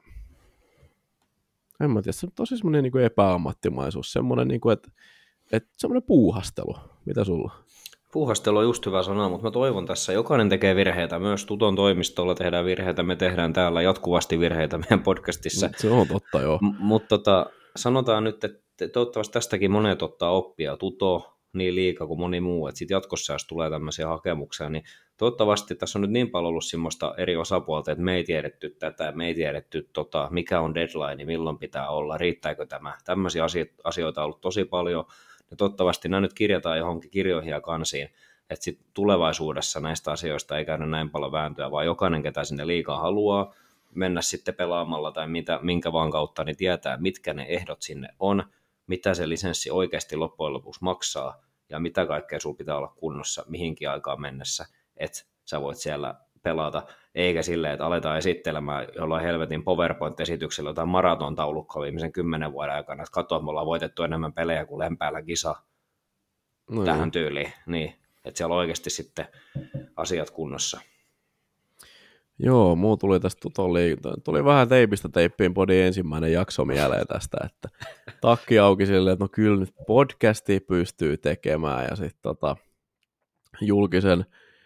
en mä tiedä, se on tosi semmoinen niin kuin epäammattimaisuus, semmoinen, niin kuin, että semmoinen puuhastelu. Mitä sulla? Puuhastelu on just hyvä sana, mutta mä toivon tässä, jokainen tekee virheitä, myös Tuton toimistolla tehdään virheitä, me tehdään täällä jatkuvasti virheitä meidän podcastissa. Se on totta, joo. Mutta sanotaan nyt, että toivottavasti tästäkin monet ottaa oppia, Tuto, niin liiga kuin moni muu, että sitten jatkossa, jos tulee tämmöisiä hakemuksia, niin toivottavasti tässä on nyt niin paljon ollut semmoista eri osapuolta, että me ei tiedetty tätä, me ei tiedetty mikä on deadline, milloin pitää olla, riittääkö tämä. Tämmöisiä asioita on ollut tosi paljon, ja toivottavasti nämä nyt kirjataan johonkin kirjoihin ja kansiin, että sitten tulevaisuudessa näistä asioista ei käydä näin paljon vääntöä, vaan jokainen, ketä sinne liigaa haluaa mennä sitten pelaamalla tai minkä vaan kautta, niin tietää, mitkä ne ehdot sinne on, mitä se lisenssi oikeasti loppujen lopuksi maksaa ja mitä kaikkea sulla pitää olla kunnossa mihinkin aikaan mennessä, että sä voit siellä pelata, eikä silleen, että aletaan esittelemään jollain helvetin PowerPoint-esityksellä jotain maratontaulukkoa viimeisen 10 vuoden aikana, että katsoa, me ollaan voitettu enemmän pelejä kuin Lempäällä kisa tähän tyyliin, niin, että siellä on oikeasti sitten asiat kunnossa. Joo, muu tuli tästä tuli vähän teipistä teippiin podin ensimmäinen jakso mieleen tästä, että takki auki silleen, että no kyllä nyt podcasti pystyy tekemään ja sitten julkisen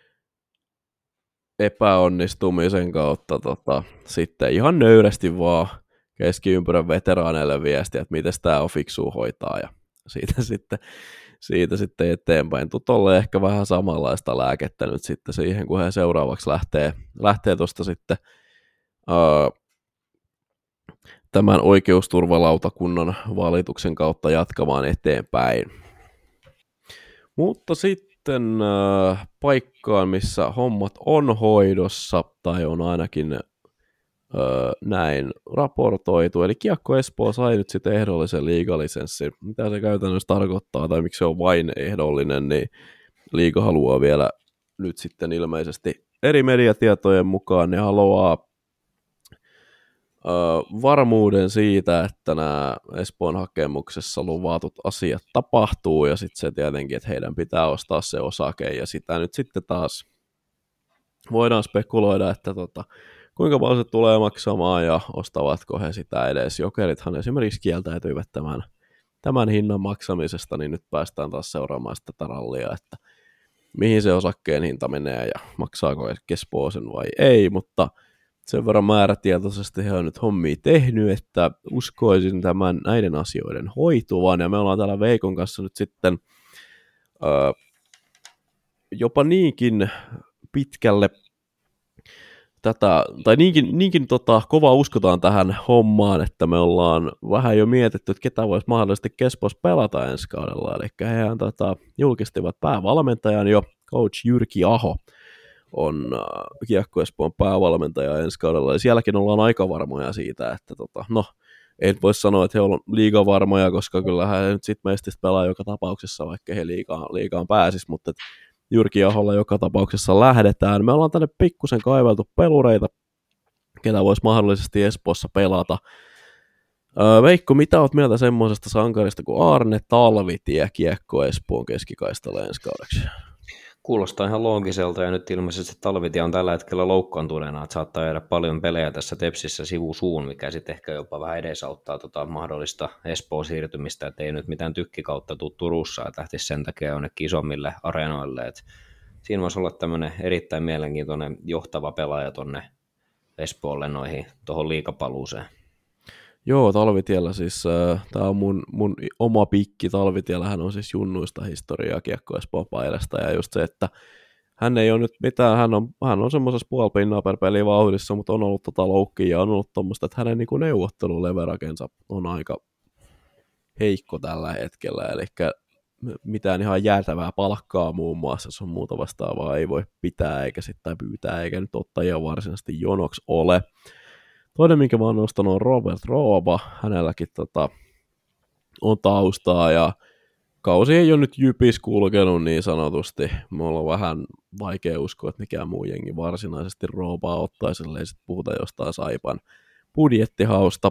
epäonnistumisen kautta sitten ihan nöyrästi vaan keskiympyrän veteraaneille viestiä, että miten tämä on fiksua hoitaa ja siitä sitten eteenpäin. Tutolle ehkä vähän samanlaista lääkettä nyt sitten siihen, kun he seuraavaksi lähtee tuosta sitten tämän oikeusturvalautakunnan valituksen kautta jatkamaan eteenpäin. Mutta sitten paikkaan, missä hommat on hoidossa, tai on ainakin näin raportoitu, eli Kiekko Espoo sai nyt sitten ehdollisen liigalisenssin. Mitä se käytännössä tarkoittaa, tai miksi se on vain ehdollinen, niin liiga haluaa vielä nyt sitten ilmeisesti eri mediatietojen mukaan, ne haluaa varmuuden siitä, että nämä Espoon hakemuksessa luvatut asiat tapahtuu, ja sitten se tietenkin, että heidän pitää ostaa se osake, ja sitä nyt sitten taas voidaan spekuloida, että kuinka paljon se tulee maksamaan, ja ostavatko he sitä edes. Jokerithan esimerkiksi kieltäytyivät tämän hinnan maksamisesta, niin nyt päästään taas seuraamaan sitä rallia, että mihin se osakkeen hinta menee, ja maksaako Espoo sen vai ei, mutta sen verran määrätietoisesti he on nyt hommia tehnyt, että uskoisin näiden asioiden hoituvan, ja me ollaan täällä Veikon kanssa nyt sitten jopa niinkin pitkälle tai niinkin kova uskotaan tähän hommaan, että me ollaan vähän jo mietitty, että ketä voisi mahdollisesti Espoossa pelata ensi kaudella, eli hehän julkistivat päävalmentajan jo, coach Jyrki Aho on Kiekko Espoon päävalmentaja ensi kaudella, ja sielläkin ollaan aika varmoja siitä, että ei voi sanoa, että he ovat liigavarmoja, koska kyllähän he nyt sitten meistä pelaa joka tapauksessa, vaikka he liigaan pääsis, mutta Jyrki Aholla joka tapauksessa lähdetään. Me ollaan tänne pikkusen kaiveltu pelureita, ketä voisi mahdollisesti Espoossa pelata. Veikko, mitä oot mieltä semmoisesta sankarista kuin Aarne Talvitie Kiekko Espoon keskikaistalle ensi kaudeksi? Kuulostaa ihan loogiselta, ja nyt ilmeisesti Talvitie on tällä hetkellä loukkaantuneena, että saattaa jäädä paljon pelejä tässä Tepsissä sivusuun, mikä sitten ehkä jopa vähän edesauttaa mahdollista Espoon siirtymistä, että ei nyt mitään tykkikautta tule Turussa, että lähtisi sen takia jonnekin isommille areenoille. Että siinä voisi olla tämmöinen erittäin mielenkiintoinen johtava pelaaja tuonne Espoolle tuohon liigapaluuseen. Joo, Talvitiellä siis, tämä on mun oma pikki, Talvitiellähän on siis junnuista historiaa Kiekko Espoon paidasta, ja just se, että hän ei ole nyt mitään, hän on semmoisessa puolipinnaa per peli vauhdissa, mutta on ollut loukkia ja on ollut tuommoista, että hänen niin neuvotteluleverakensa on aika heikko tällä hetkellä, eli mitään ihan jäätävää palkkaa muun muassa, se on muuta vastaavaa, ei voi pitää eikä sitten pyytää, eikä nyt ottajia varsinaisesti jonoksi ole. Toinen, minkä mä oon nostanut, on Robert Rooba. Hänelläkin on taustaa, ja kausi ei ole nyt jypis kulkenut niin sanotusti. Mulla on vähän vaikea uskoa, että mikään muu jengi varsinaisesti Roobaa ottaisi, ellei sitten puhuta jostain Saipan budjettihausta.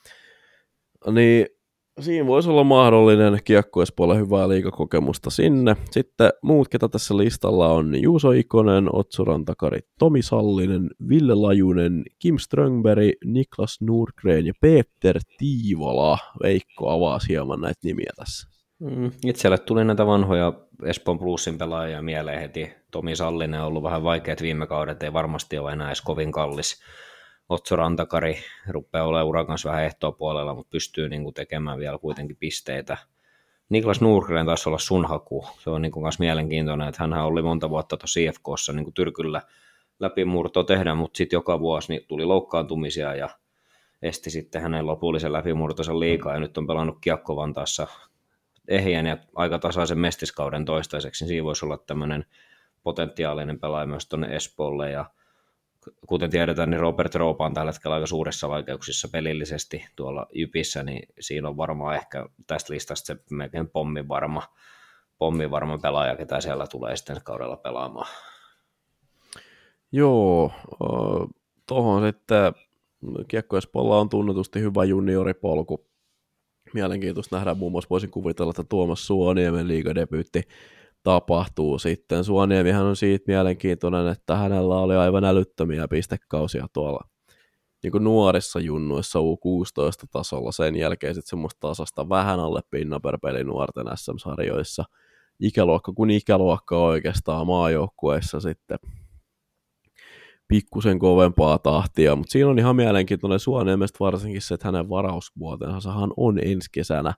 Niin siinä voisi olla mahdollinen Kiekko Espoolle hyvää liigakokemusta sinne. Sitten muut, ketä tässä listalla on Juuso Ikonen, Otso Rantakari, Tomi Sallinen, Ville Lajunen, Kim Strömberg, Niklas Nordgren ja Peter Tiivola. Veikko avasi hieman näitä nimiä tässä. Itselle tuli näitä vanhoja Espoon Bluesin pelaajia mieleen heti. Tomi Sallinen on ollut vähän vaikeat viime kaudet, ei varmasti ole enää edes kovin kallis. Otso Rantakari rupeaa olemaan uran kanssa vähän ehtoopuolella, mutta pystyy tekemään vielä kuitenkin pisteitä. Niklas Nordgren taisi olla sun haku. Se on myös mielenkiintoinen, että hänhän oli monta vuotta tuossa IFK:ssa Tyrkyllä läpimurtoa tehdä, mutta sitten joka vuosi tuli loukkaantumisia ja esti sitten hänen lopullisen läpimurtonsa liikaa, ja nyt on pelannut Kiekko Vantaassa ehjän ja aika tasaisen mestiskauden toistaiseksi, niin siinä voisi olla tämmöinen potentiaalinen pelaaja myös tuonne Espoolle, ja kuten tiedetään, niin Robert Roopa on tällä hetkellä aika suurissa vaikeuksissa pelillisesti tuolla Jypissä, niin siinä on varmaan ehkä tästä listasta se melkein pommivarma pelaaja, ketä siellä tulee sitten kaudella pelaamaan. Joo, tuohon sitten Kiekko Espoolla on tunnetusti hyvä junioripolku. Mielenkiintoista nähdä, muun muassa voisin kuvitella, että Tuomas Suoniemen liigadebyytti tapahtuu sitten. Suoniemihän on siitä mielenkiintoinen, että hänellä oli aivan älyttömiä pistekausia tuolla niin kuin nuorissa junnuissa U16-tasolla. Sen jälkeen sitten semmoista tasasta vähän alle pinnan per peli nuorten SM-sarjoissa. Ikäluokka kuin ikäluokka oikeastaan maajoukkueissa sitten pikkusen kovempaa tahtia, mutta siinä on ihan mielenkiintoinen Suoniemestä varsinkin se, että hänen varausvuotensahan on ensi kesänä.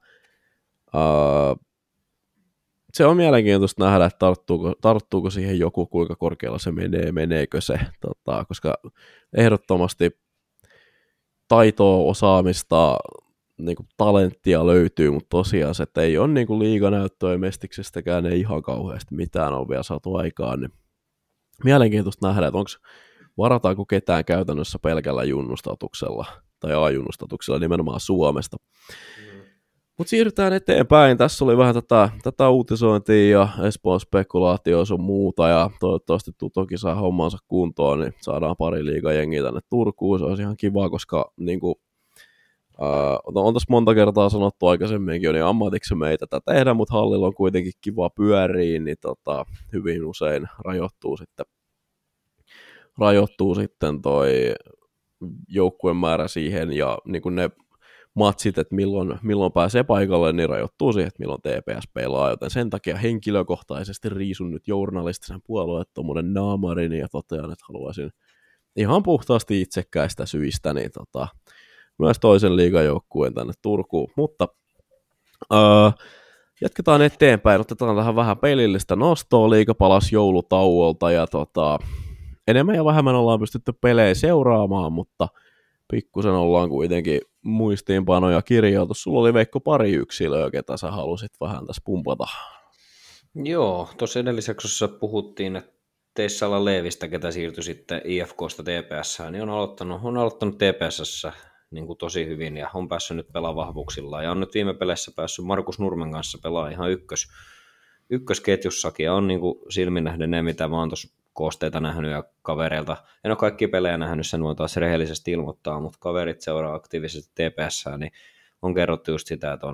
Se on mielenkiintoista nähdä, että tarttuuko siihen joku, kuinka korkealla se menee, meneekö se, koska ehdottomasti taitoa, osaamista, niin kuin talenttia löytyy, mutta tosiaan se, että ei ole niin kuin liiganäyttöä Mestiksestäkään, ei ihan kauheasti mitään on vielä saatu aikaan, niin mielenkiintoista nähdä, että varataanko ketään käytännössä pelkällä junnustatuksella tai A-junnustatuksella nimenomaan Suomesta. Mutta siirrytään eteenpäin. Tässä oli vähän tätä uutisointia ja Espoon spekulaatioa sun muuta, ja toivottavasti Tutokin saa hommansa kuntoon, niin saadaan pari liigajengiä tänne Turkuun. Se olisi ihan kiva, koska niinku, on tässä monta kertaa sanottu aikaisemminkin, niin ammatiksi meitä tätä tehdä, mutta hallilla on kuitenkin kiva pyöriin, niin hyvin usein rajoittuu sitten toi joukkueen määrä siihen, ja niin kuin ne matsit, että milloin pääsee paikalle, niin rajoittuu siihen, että milloin TPS pelaa, joten sen takia henkilökohtaisesti riisun nyt journalistisen puolueettomuuden naamarini ja totean, että haluaisin ihan puhtaasti itsekkäistä syistä niin myös toisen liigajoukkueen tänne Turkuun, mutta jatketaan eteenpäin, otetaan tähän vähän pelillistä nostoa, liiga palasi joulutauolta ja enemmän ja vähemmän ollaan pystytty pelejä seuraamaan, mutta pikkusen ollaan kuitenkin muistiinpanoja kirjoitu. Sulla oli Veikko pari yksilöä, ketä sä halusit vähän tässä pumpata. Joo, tuossa edellisessä puhuttiin, että Teissala Leevistä, ketä siirtyi sitten IFK:sta TPS:ään, niin on aloittanut TPS:ssä niin kuin tosi hyvin ja on päässyt nyt pelaamaan vahvuuksilla. Ja on nyt viime peleissä päässyt Markus Nurmen kanssa pelaamaan ihan ykkösketjussakin ja on niin kuin silmin nähden ne, mitä mä oon tuossa koosteita nähnyt ja kavereilta. En ole kaikkia pelejä nähnyt, sen voi taas rehellisesti ilmoittaa, mutta kaverit seuraa aktiivisesti TPS:ää, niin on kerrottu just sitä, että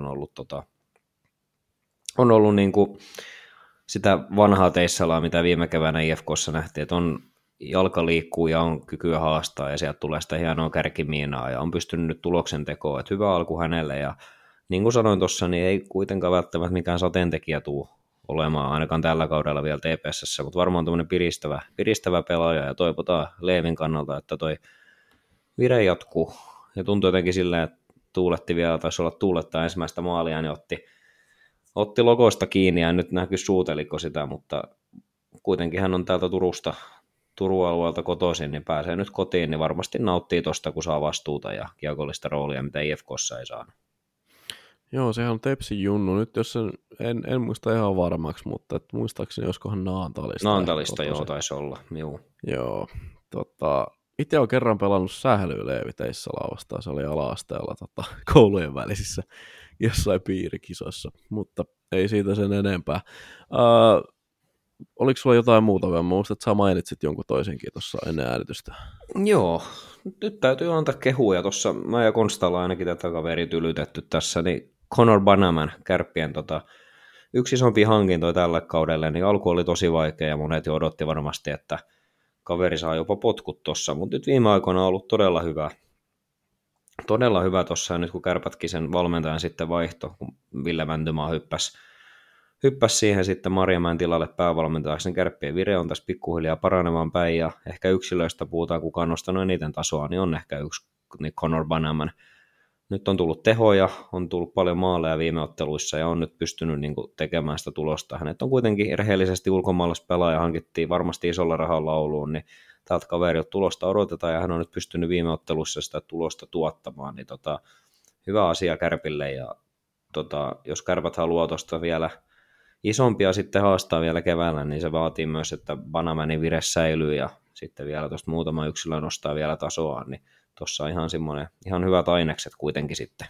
on ollut niin kuin sitä vanhaa Teissalaa, mitä viime keväänä IFK:ssa nähtiin, että on jalka liikkuu ja on kykyä haastaa ja sieltä tulee sitä hienoa kärkimiinaa ja on pystynyt nyt tuloksen tekoon, että hyvä alku hänelle ja niin kuin sanoin tuossa, niin ei kuitenkaan välttämättä mikään sateentekijä tule olemaan ainakaan tällä kaudella vielä TPS:ssä, mutta varmaan tämmöinen piristävä pelaaja ja toivotaan Leevin kannalta, että toi vire jatkuu ja tuntuu jotenkin silleen, että tuuletti vielä, taisi olla tuulettaa ensimmäistä maalia, niin otti logosta kiinni ja nyt näkyy suuteliko sitä, mutta kuitenkin hän on täältä Turun alueelta kotoisin, niin pääsee nyt kotiin, niin varmasti nauttii tosta, kun saa vastuuta ja kiekollista roolia, mitä IFK:ssa ei saanut. Joo, sehän on Tepsin junnu. Nyt jos en muista ihan varmaksi, mutta muistaakseni olisikohan Naantalista. Naantalista joo, taisi olla. Joo. Itse olen kerran pelannut sählyä Leevi Teissalaa vastaan. Se oli ala-asteella koulujen välisissä jossain piirikisoissa, mutta ei siitä sen enempää. Oliko sulla jotain muuta vielä? Muistat, että sä mainitsit jonkun toisenkin tuossa ennen äänitystä. Joo, nyt täytyy antaa kehuja. Tuossa mä ja Konstalla ainakin tätä kaverit ylytetty tässä, niin Connor Bannerman, Kärppien yksi isompi hankintoja tälle kaudelle, niin alku oli tosi vaikea ja monet jo odotti varmasti, että kaveri saa jopa potkut tuossa, mutta nyt viime aikoina on ollut todella hyvä. Todella hyvä tuossa, ja nyt kun Kärpätkin sen valmentajan sitten vaihto, kun Ville Mäntymaa hyppäsi siihen sitten Marjamäen tilalle päävalmentajaksi, niin Kärppien vire on tässä pikkuhiljaa paranemaan päin, ja ehkä yksilöistä puhutaan, kuka on nostanut eniten tasoa, niin on ehkä yksi niin Connor Bannerman. Nyt on tullut tehoja, on tullut paljon maaleja viime otteluissa, ja on nyt pystynyt niin kuin tekemään sitä tulosta. Hänet on kuitenkin rehellisesti ulkomaalaispelaaja, hankittiin varmasti isolla rahalla Ouluun, niin tältä kaverilta tulosta odotetaan, ja hän on nyt pystynyt viime ottelussa sitä tulosta tuottamaan, niin hyvä asia Kärpille, ja jos Kärpät haluaa tuosta vielä isompia sitten haastaa vielä keväällä, niin se vaatii myös, että Banamanin vire säilyy, ja sitten vielä tuosta muutama yksilö nostaa vielä tasoa, niin tuossa on ihan hyvät ainekset kuitenkin sitten.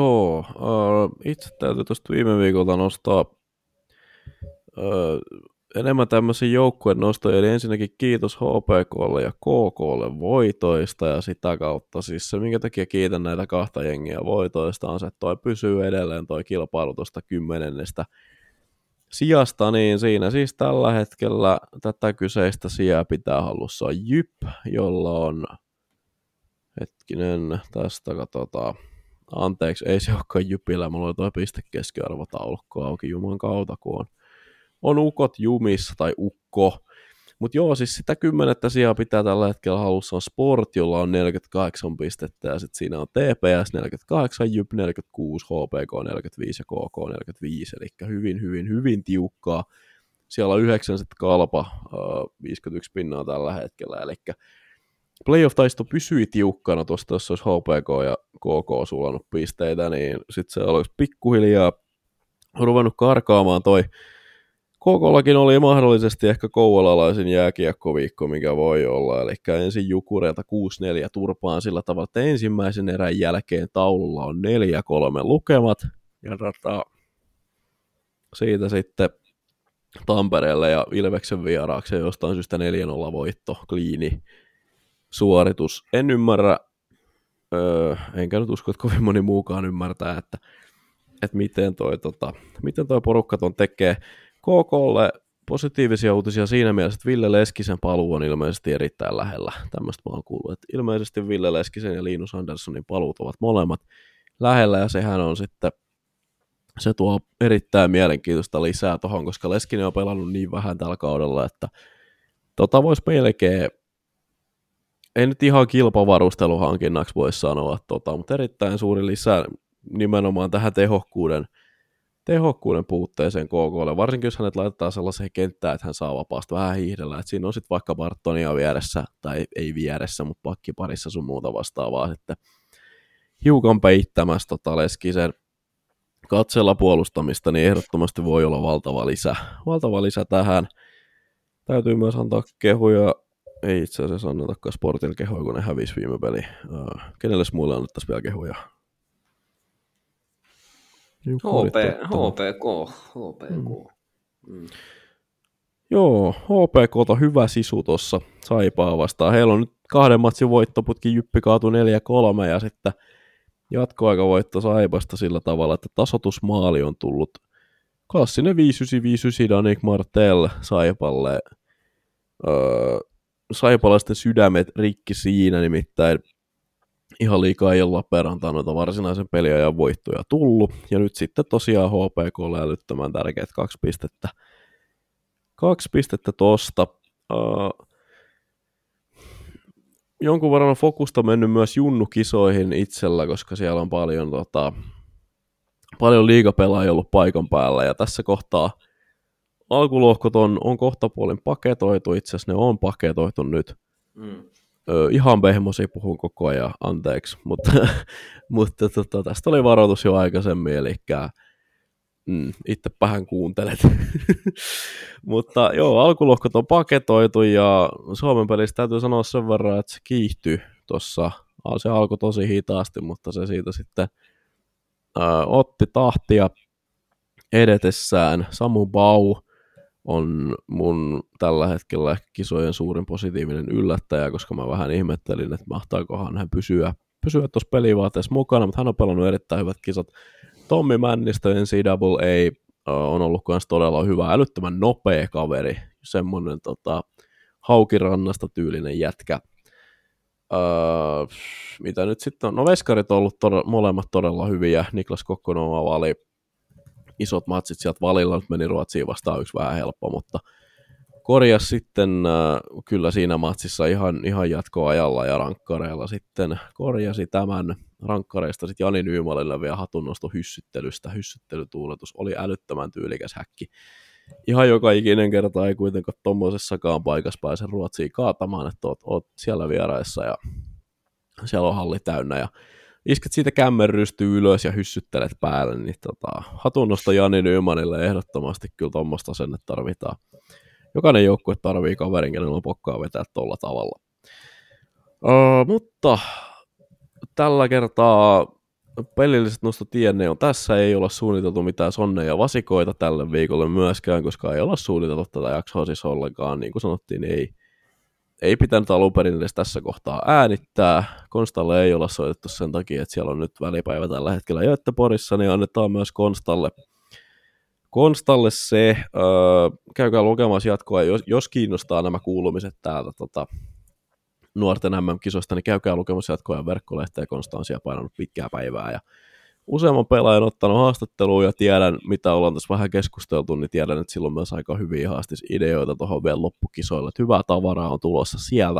Joo, itse täytyy tuosta viime viikolta nostaa enemmän tämmöisiä joukkueen nostoja, eli ensinnäkin kiitos HPKlle ja KKlle voitoista, ja sitä kautta siis se, minkä takia kiitän näitä kahta jengiä voitoista, on se, että toi pysyy edelleen toi kilpailu tuosta 10. sijasta, niin siinä siis tällä hetkellä tätä kyseistä sijaa pitää hallussa Jyp, jolla on, hetkinen, tästä katsotaan, anteeksi, ei se olekaan Jypillä, mulla oli tuo pistekeskiarvotaulukko auki juman kautta, kun on ukot jumissa, tai ukko. Mutta joo, siis sitä 10. sijaa pitää tällä hetkellä hallussa on Sport, jolla on 48 pistettä, ja sitten siinä on TPS 48, Jyp 46, HPK 45 ja KK 45, eli hyvin, hyvin, hyvin tiukkaa. Siellä on 9 Kalpa, 51 pinnaa tällä hetkellä, eli playoff-taisto pysyi tiukkana tuosta, jos olisi HPK ja KK sulannut pisteitä, niin sitten se olisi pikkuhiljaa ruvennut karkaamaan toi. KK:llakin oli mahdollisesti ehkä kouvolalaisin jääkiekkoviikko, mikä voi olla, eli ensin Jukureilta 6-4 turpaan sillä tavalla, että ensimmäisen erän jälkeen taululla on 4-3 lukemat, ja siitä sitten Tampereelle ja Ilveksen vieraaksi jostain syystä 4-0 voitto, kliini suoritus. En ymmärrä, enkä nyt usko, että kovin moni muukaan ymmärtää, että miten toi porukka ton tekee. KKlle positiivisia uutisia siinä mielessä, että Ville Leskisen paluu on ilmeisesti erittäin lähellä. Tämmöistä mä oon kuullut, että ilmeisesti Ville Leskisen ja Linus Anderssonin paluut ovat molemmat lähellä, ja sehän on sitten, se tuo erittäin mielenkiintoista lisää tohon, koska Leskinen on pelannut niin vähän tällä kaudella, että voisi melkein, ei nyt ihan kilpavarusteluhankinnaksi voi sanoa, mutta erittäin suuri lisä nimenomaan tähän tehokkuuden puutteeseen KKlle, varsinkin jos hänet laitetaan sellaiseen kenttään, että hän saa vapaasti vähän hiihdellä, että siinä on sitten vaikka Bartonia vieressä, tai ei vieressä, mutta pakkiparissa sun muuta vastaavaa sitten hiukan peittämässä Leskisen katsella puolustamista, niin ehdottomasti voi olla valtava lisä tähän. Täytyy myös antaa kehuja, ei itse asiassa annetakaan Sportille kehuja, kun ne hävisi viime peli. Kenelle muille annettaisiin vielä kehuja? HPK. Joo, HPK:ta hyvä sisu tuossa Saipaa vastaan. Heillä on nyt 2 matsin voittoputki, Jyppi kaatui 4-3, ja sitten jatkoaikavoitto Saipasta sillä tavalla, että tasoitusmaali on tullut klassinen 5-9 Danik Martel Saipalle. Saipalaisten sydämet rikki siinä, nimittäin ihan liikaa ei ole Lappeenrantaan noita varsinaisen peliajan voittoja tullut, ja nyt sitten tosiaan HPK:lle älyttömän tärkeät 2 pistettä. 2 pistettä tosta. Jonkun verran fokusta mennyt myös junnukisoihin itsellä, koska siellä on paljon liigapelaajia ollut paikan päällä, ja tässä kohtaa alkulohkot on kohtapuolin paketoitu, itse asiassa ne on paketoitu nyt. Ihan pehmosia puhun koko ajan, anteeksi, mutta tästä oli varoitus jo aikaisemmin, eli itsepähän kuuntelet. Mutta joo, alkulohkot on paketoitu, ja Suomen pelissä täytyy sanoa sen verran, että se kiihtyi tuossa. Se alkoi tosi hitaasti, mutta se siitä sitten otti tahtia edetessään. Samu Bau on mun tällä hetkellä kisojen suurin positiivinen yllättäjä, koska mä vähän ihmettelin, että mahtaakohan hän pysyä tuossa pelivaateessa mukana, mutta hän on pelannut erittäin hyvät kisat. Tommi Männistö NCAA on ollut myös todella hyvä, älyttömän nopea kaveri, semmoinen Haukirannasta tyylinen jätkä. Mitä nyt sitten on? No veskarit on ollut molemmat todella hyviä. Niklas Kokkonova vali isot matsit sieltä valilla, nyt meni Ruotsiin vastaan yksi vähän helppo, mutta korjasi sitten kyllä siinä matsissa ihan jatkoajalla ja rankkareilla sitten korjasi tämän. Rankkareista sitten Jani Nyymalille vielä hatunnosto hyssyttelystä. Hyssyttelytuuletus oli älyttömän tyylikäs häkki. Ihan joka ikinen kerta ei kuitenkaan tommosessakaan paikassa pääse Ruotsiin kaatamaan, että oot siellä vieraissa ja siellä on halli täynnä ja isket siitä kämmenrystyy ylös ja hyssyttelet päälle, niin hatunnosto Jani Nymanille ehdottomasti kyllä tuommoista asennetta tarvitaan. Jokainen joukkue tarvii kaverin, kenellä on pokkaa vetää tuolla tavalla. Mutta tällä kertaa pelilliset nostot iänne on tässä, ei olla suunniteltu mitään sonneja vasikoita tälle viikolle myöskään, koska ei olla suunniteltu tätä jaksoa siis ollenkaan, niin kuin sanottiin, niin ei pitänyt alun perin edes tässä kohtaa äänittää. Konstalle ei olla soitettu sen takia, että siellä on nyt välipäivä tällä hetkellä Göteborgissa, niin annetaan myös Konstalle se. Käykää lukemassa jatkoa, jos kiinnostaa nämä kuulumiset täältä nuorten MM-kisoista, niin käykää lukemassa jatkoa verkkolehteä. Konsta on siellä painanut pitkää päivää ja useamman pelaajan ottanut haastatteluun ja tiedän, mitä ollaan tässä vähän keskusteltu, niin tiedän, että silloin myös aika hyviä haastisideoita tuohon vielä loppukisoille. Että hyvää tavaraa on tulossa sieltä.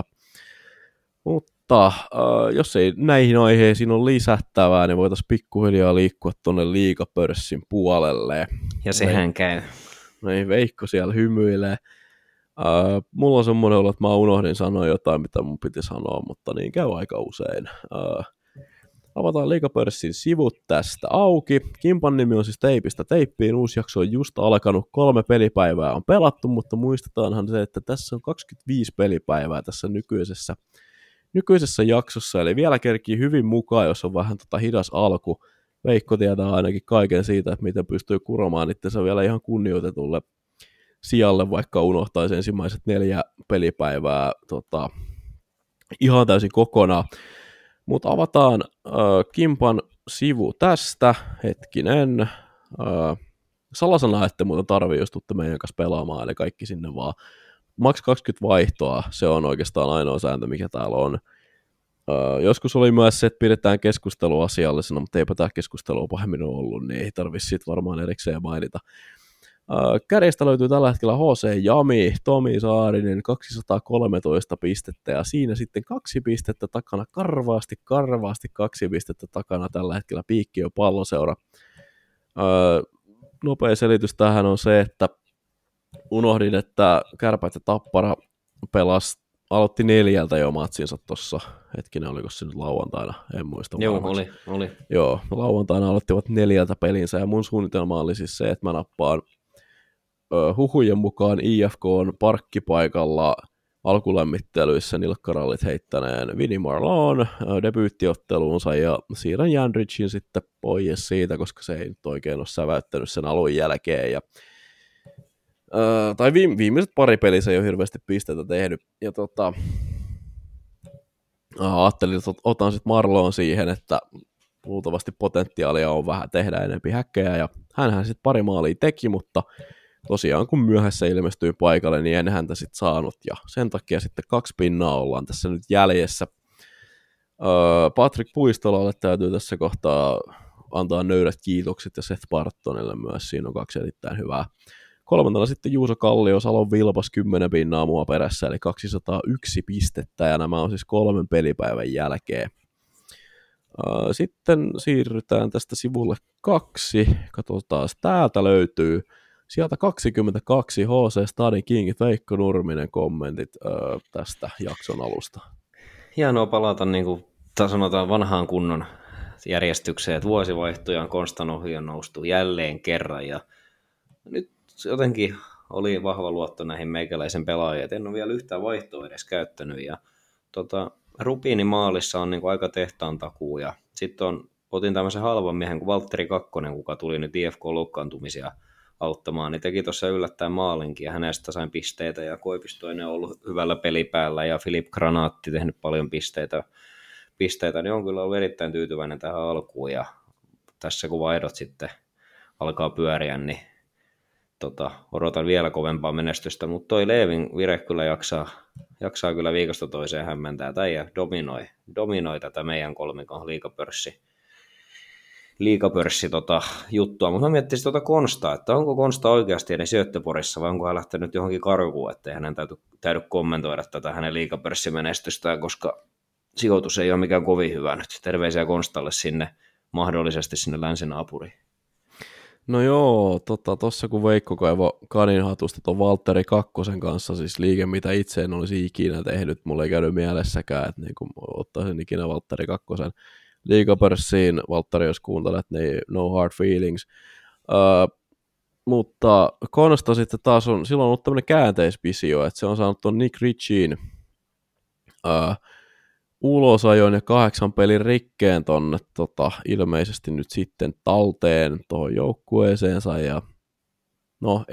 Mutta jos ei näihin aiheisiin ole lisättävää, niin voitaisiin pikkuhiljaa liikkua tuonne liigapörssin puolelle. Ja sehän käy. No ei, Veikko siellä hymyilee. Mulla on semmoinen olo, että mä unohdin sanoa jotain, mitä mun piti sanoa, mutta niin käy aika usein. Avataan liigapörssin sivut tästä auki. Kimpan nimi on siis Teipistä teippiin. Uusi jakso on just alkanut. 3 pelipäivää on pelattu, mutta muistetaanhan se, että tässä on 25 pelipäivää tässä nykyisessä jaksossa. Eli vielä kerkii hyvin mukaan, jos on vähän hidas alku. Veikko tietää ainakin kaiken siitä, että miten pystyy kuromaan itseänsä vielä ihan kunnioitetulle sijalle, vaikka unohtaisi ensimmäiset 4 pelipäivää ihan täysin kokonaan. Mutta avataan Kimpan sivu tästä, hetkinen. Salasana ette muuta tarvii, jos tuutte meidän kanssa pelaamaan, eli kaikki sinne vaan. Max 20 vaihtoa, se on oikeastaan ainoa sääntö, mikä täällä on. Joskus oli myös se, että pidetään keskustelua asiallisena, mutta eipä tämä keskustelua pahemmin ole ollut, niin ei tarvitse siitä varmaan erikseen mainita. Kärjestä löytyy tällä hetkellä HC Jami, Tomi Saarinen 213 pistettä ja siinä sitten 2 pistettä takana, karvaasti 2 pistettä takana tällä hetkellä Piikkiö Palloseura. Nopea selitys tähän on se, että unohdin, että Kärpät ja Tappara aloitti 4 jo matsinsa tuossa, hetkinen oliko se nyt lauantaina, en muista. Joo, oli. Joo, lauantaina aloittivat 4 pelinsä ja mun suunnitelma oli siis se, että mä nappaan huhujen mukaan IFK on parkkipaikalla alkulämmittelyissä nilkkarallit heittäneen Vinnie Marlon debyyttiotteluunsa ja siirrän Janricin sitten pois siitä, koska se ei nyt oikein ole säväyttänyt sen alun jälkeen. Ja, tai viimeiset pari peliä se ei ole hirveästi pisteitä tehnyt. Ja ajattelin, että otan sitten Marlon siihen, että luultavasti potentiaalia on vähän tehdä enempi häkkejä ja hänhän sitten pari maalia teki, mutta tosiaan kun myöhässä ilmestyi paikalle, niin en häntä sitten saanut, ja sen takia sitten 2 pinnaa ollaan tässä nyt jäljessä. Patrick Puistolalle täytyy tässä kohtaa antaa nöyrät kiitokset, ja Seth Bartonille myös, siinä on 2 erittäin hyvää. 3. sitten Juuso Kallio, Salon Vilpas 10 pinnaa mua perässä, eli 201 pistettä, ja nämä on siis 3 pelipäivän jälkeen. Sitten siirrytään tästä sivulle 2, katsotaan, täältä löytyy sieltä 22 HC Stadin King, Veikko Nurminen kommentit tästä jakson alusta. Hienoa palata niin kuin sanotaan vanhaan kunnon järjestykseen, että vuosivaihtoja on Konstantin noustu jälleen kerran ja nyt jotenkin oli vahva luotto näihin meikäläisen pelaajien, että en ole vielä yhtään vaihtoa edes käyttänyt ja Rupini maalissa on niin kuin aika tehtaan takuu ja sitten otin tämmöisen halvan miehen kuin Valtteri Kakkonen, kuka tuli nyt IFK-loukkaantumisia auttamaan, niin teki tuossa yllättäen maalinkin ja hänestä sain pisteitä ja Koipistoinen on ollut hyvällä pelipäällä ja Filip Granaatti tehnyt paljon pisteitä, niin on kyllä ollut erittäin tyytyväinen tähän alkuun ja tässä kun vaihdot sitten alkaa pyöriä, niin odotan vielä kovempaa menestystä, mutta toi Leevin vire kyllä jaksaa kyllä viikosta toiseen hämmentää tai ja dominoi tätä meidän kolmikon liigapörssi juttua, mutta mä miettisin Konstaa, että onko Konsta oikeasti edes Göteborgissa vai onko hän lähtenyt johonkin karkuun, ettei hänen täydy kommentoida tätä hänen liigapörssimenestystään, koska sijoitus ei ole mikään kovin hyvä nyt. Terveisiä Konstalle mahdollisesti sinne länsinaapuriin. No joo, tossa kun Veikko kaivo kaninhatusta ton Valtteri Kakkosen kanssa, siis liike mitä itse en olisi ikinä tehnyt, mulla ei käynyt mielessäkään, että niin ottaisin ikinä Valtteri Kakkosen liigapörssiin, Valtteri jos kuuntelet, niin no hard feelings, mutta Konsta sitten taas on, silloin on ollut tämmöinen käänteisvisio, että se on saanut ton Nick Ritchien ulosajoin ja 8 pelin rikkeen tonne ilmeisesti nyt sitten talteen tuohon joukkueeseensa ja no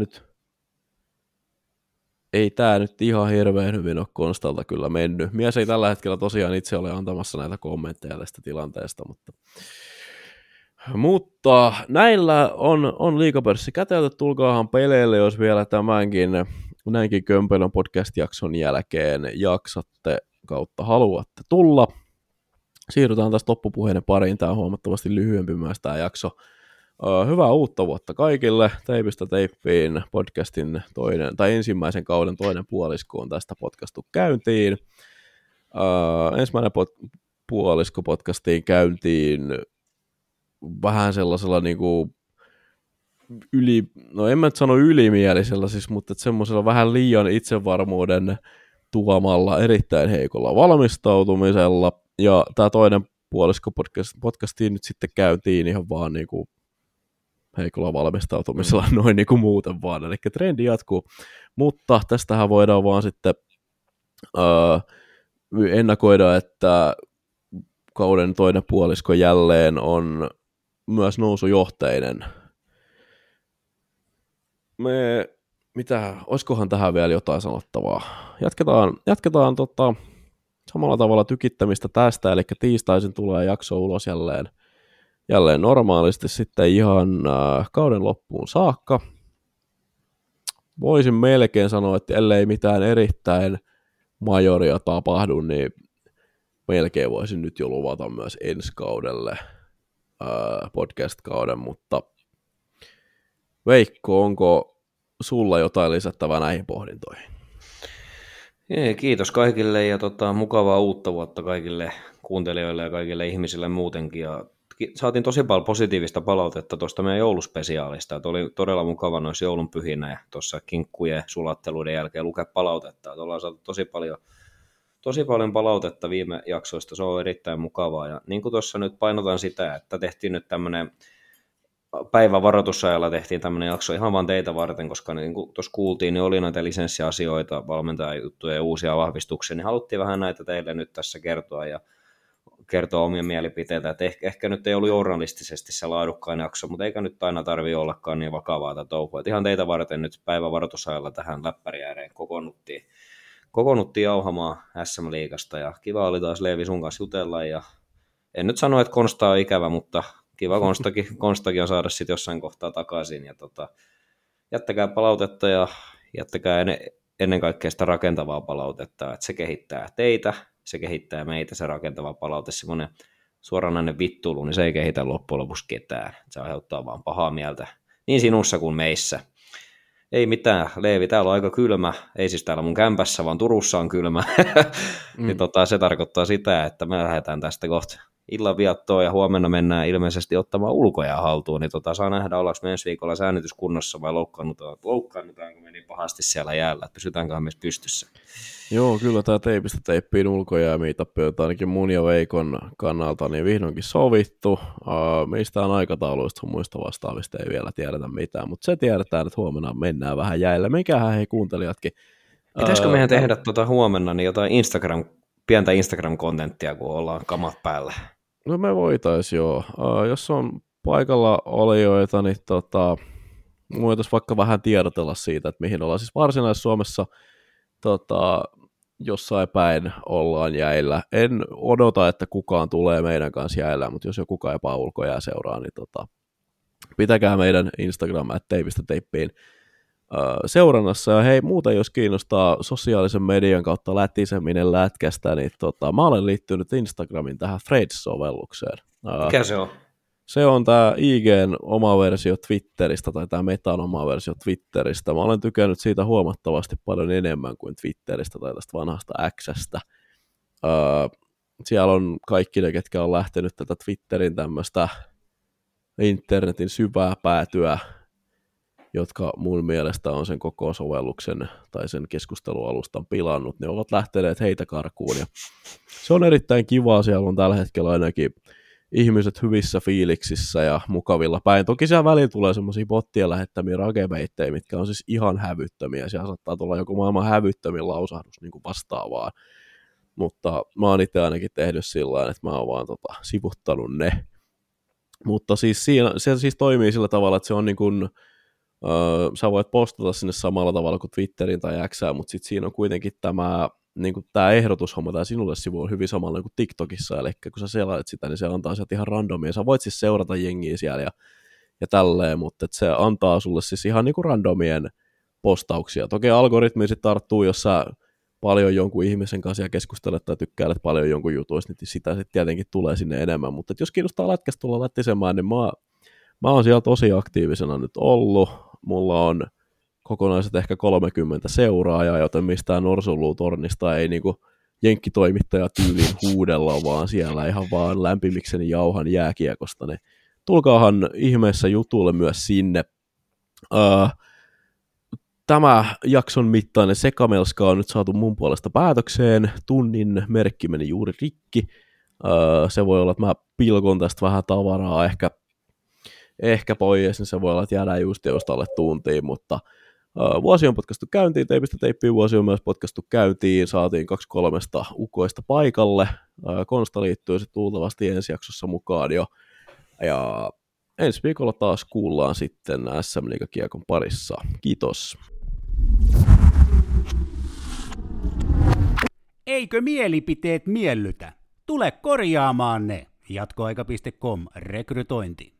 ei tää nyt ihan hirveän hyvin ole Konstalta kyllä mennyt. Mies ei tällä hetkellä tosiaan itse ole antamassa näitä kommentteja tästä tilanteesta, mutta näillä on liigapörssi kätelty. Tulkaahan peleille, jos vielä näinkin kömpelön podcast-jakson jälkeen jaksatte kautta haluatte tulla. Siirrytään tästä loppupuheiden pariin. Tämä on huomattavasti lyhyempi myös tämä jakso. Hyvää uutta vuotta kaikille. Teipistä teippiin podcastin ensimmäisen kauden toinen puolisko on tästä podcastu käyntiin. Ensimmäinen puolisko podcastiin käyntiin vähän sellaisella niinku no en mä nyt sano ylimielisellä siis, mutta semmoisella vähän liian itsevarmuuden tuomalla erittäin heikolla valmistautumisella. Ja tämä toinen puolisko podcastiin nyt sitten käyntiin ihan vaan niinku heikolla valmistautumisella noin niin kuin muuten vaan, eli trendi jatkuu, mutta tästähän voidaan vaan sitten ennakoida, että kauden toinen puolisko jälleen on myös nousujohteinen. Olisikohan tähän vielä jotain sanottavaa? Jatketaan samalla tavalla tykittämistä tästä, eli tiistaisin tulee jakso ulos jälleen normaalisti sitten ihan kauden loppuun saakka. Voisin melkein sanoa, että ellei mitään erittäin majoria tapahdu, niin melkein voisin nyt jo luvata myös ensi kaudelle podcast-kauden, mutta Veikko, onko sulla jotain lisättävää näihin pohdintoihin? Kiitos kaikille ja mukavaa uutta vuotta kaikille kuuntelijoille ja kaikille ihmisille muutenkin. Ja saatiin tosi paljon positiivista palautetta tuosta meidän jouluspesiaalista, että oli todella mukava noissa joulunpyhinä ja tuossa kinkkujen sulatteluiden jälkeen lukea palautetta, että ollaan saatu tosi paljon palautetta viime jaksoista, se on erittäin mukavaa ja niin kuin tuossa nyt painotan sitä, että tehtiin nyt tämmöinen päivän varoitusajalla tehtiin tämmöinen jakso ihan vaan teitä varten, koska niin kuin tuossa kuultiin, niin oli näitä lisenssiasioita, valmentajajuttuja ja uusia vahvistuksia, niin haluttiin vähän näitä teille nyt tässä kertoa omia mielipiteitä, että ehkä nyt ei ollut journalistisesti se laadukkain jakso, mutta eikä nyt aina tarvitse ollakaan niin vakavaa tätä touhua. Ihan teitä varten nyt päivän varoitusajalla tähän läppäri ääreen kokoonnuttiin jauhamaan SM-liigasta ja kiva oli taas Leevi sun kanssa jutella ja en nyt sano, että Konsta on ikävä, mutta kiva Konstakin on saada sitten jossain kohtaa takaisin ja jättäkää palautetta ja jättäkää ennen kaikkea sitä rakentavaa palautetta, että se kehittää teitä, se kehittää meitä, se rakentava palaute, semmoinen suoranainen vittuilu, niin se ei kehitä loppujen lopuksi ketään. Se aiheuttaa vaan pahaa mieltä niin sinussa kuin meissä. Ei mitään, Leevi, täällä on aika kylmä, ei siis täällä mun kämpässä, vaan Turussa on kylmä. Niin se tarkoittaa sitä, että me lähdetään tästä kohta illanviettoon ja huomenna mennään ilmeisesti ottamaan ulkoja haltuun, niin saa nähdä, ollaanko me ensi viikolla säännityskunnossa vai loukkaannutaanko me niin pahasti siellä jäällä, että pysytäänköhän me pystyssä. Joo, kyllä tämä teipistä teippiin ulkojää meetup on ainakin mun ja Veikon kannalta niin vihdoinkin sovittu. Mistään aikatauluista muista vastaavista ei vielä tiedetä mitään, mutta se tiedetään, että huomenna mennään vähän jäille. Mikähän hei kuuntelijatkin. Pitäisikö meidän tehdä huomenna niin jotain pientä Instagram-kontenttia, kun ollaan kamat päällä? No me voitaisiin joo. Jos on paikalla olijoita, niin voitaisiin vaikka vähän tiedotella siitä, että mihin ollaan. Siis Varsinais-Suomessa jossain päin ollaan jäillä. En odota, että kukaan tulee meidän kanssa jäillä, mutta jos joku kaipaa ulkojää seuraa, niin pitäkää meidän Instagram @teipistä-teippiin seurannassa. Ja hei, muuten jos kiinnostaa sosiaalisen median kautta lätiseminen lätkästä, niin mä olen liittynyt Instagramin tähän Threads-sovellukseen. Mikä se on? Se on tämä IG:n oma versio Twitteristä, tai tämä Metan oma versio Twitteristä. Mä olen tykännyt siitä huomattavasti paljon enemmän kuin Twitteristä tai tästä vanhasta X:stä. Siellä on kaikki ne, ketkä on lähtenyt tätä Twitterin tämmöistä internetin syvää päätyä, jotka mun mielestä on sen koko sovelluksen tai sen keskustelualustan pilannut, ne ovat lähteneet heitä karkuun. Ja se on erittäin kivaa, siellä on tällä hetkellä ainakin ihmiset hyvissä fiiliksissä ja mukavilla päin. Toki siellä välillä tulee semmoisia bottien lähettämiä ragebeittejä, mitkä on siis ihan hävyttömiä. Siellä saattaa tulla joku maailman hävyttömin lausahdus niin kuin vastaavaan. mutta mä oon itse ainakin tehnyt sillä tavalla, että mä oon vaan sivuttanut ne. Mutta siis se siis toimii sillä tavalla, että se on niin kuin, sä voit postata sinne samalla tavalla kuin Twitterin tai Xään, mutta sitten siinä on kuitenkin tämä niin kuin tämä ehdotushomma, tämä sinulle sivu on hyvin samalla kuin TikTokissa, eli kun sä selailet sitä, niin se antaa sieltä ihan randomia. Sä voit siis seurata jengiä siellä ja tälleen, mutta se antaa sulle siis ihan niin kuin randomien postauksia. Toki algoritmi sitten tarttuu, jos sä paljon jonkun ihmisen kanssa ja keskustelet tai tykkäilet paljon jonkun jutuista, niin sitä sitten tietenkin tulee sinne enemmän. Mutta jos kiinnostaa lätkästä tulla lättisemään, niin mä oon siellä tosi aktiivisena nyt ollut. Mulla on kokonaiset ehkä 30 seuraajaa, joten mistään norsuluutornista ei niinku jenkkitoimittaja tyyliin huudella, vaan siellä ihan vaan lämpimikseni jauhan jääkiekosta. Niin tulkaahan ihmeessä jutulle myös sinne. Tämä jakson mittainen sekamelska on nyt saatu mun puolesta päätökseen. Tunnin merkki meni juuri rikki. Se voi olla, että mä pilkon tästä vähän tavaraa ehkä pois, niin se voi olla, että jäädään just alle tuntiin, mutta vuosi on potkastu käyntiin, teipistä teippiin vuosi on myös potkastu käyntiin, saatiin 2-3 ukoista paikalle, Konsta liittyy sitten luultavasti ensi jaksossa mukaan jo, ja ensi viikolla taas kuullaan sitten SM-liigakiekon parissa. Kiitos. Eikö mielipiteet miellytä? Tule korjaamaan ne. Jatkoaika.com rekrytointi.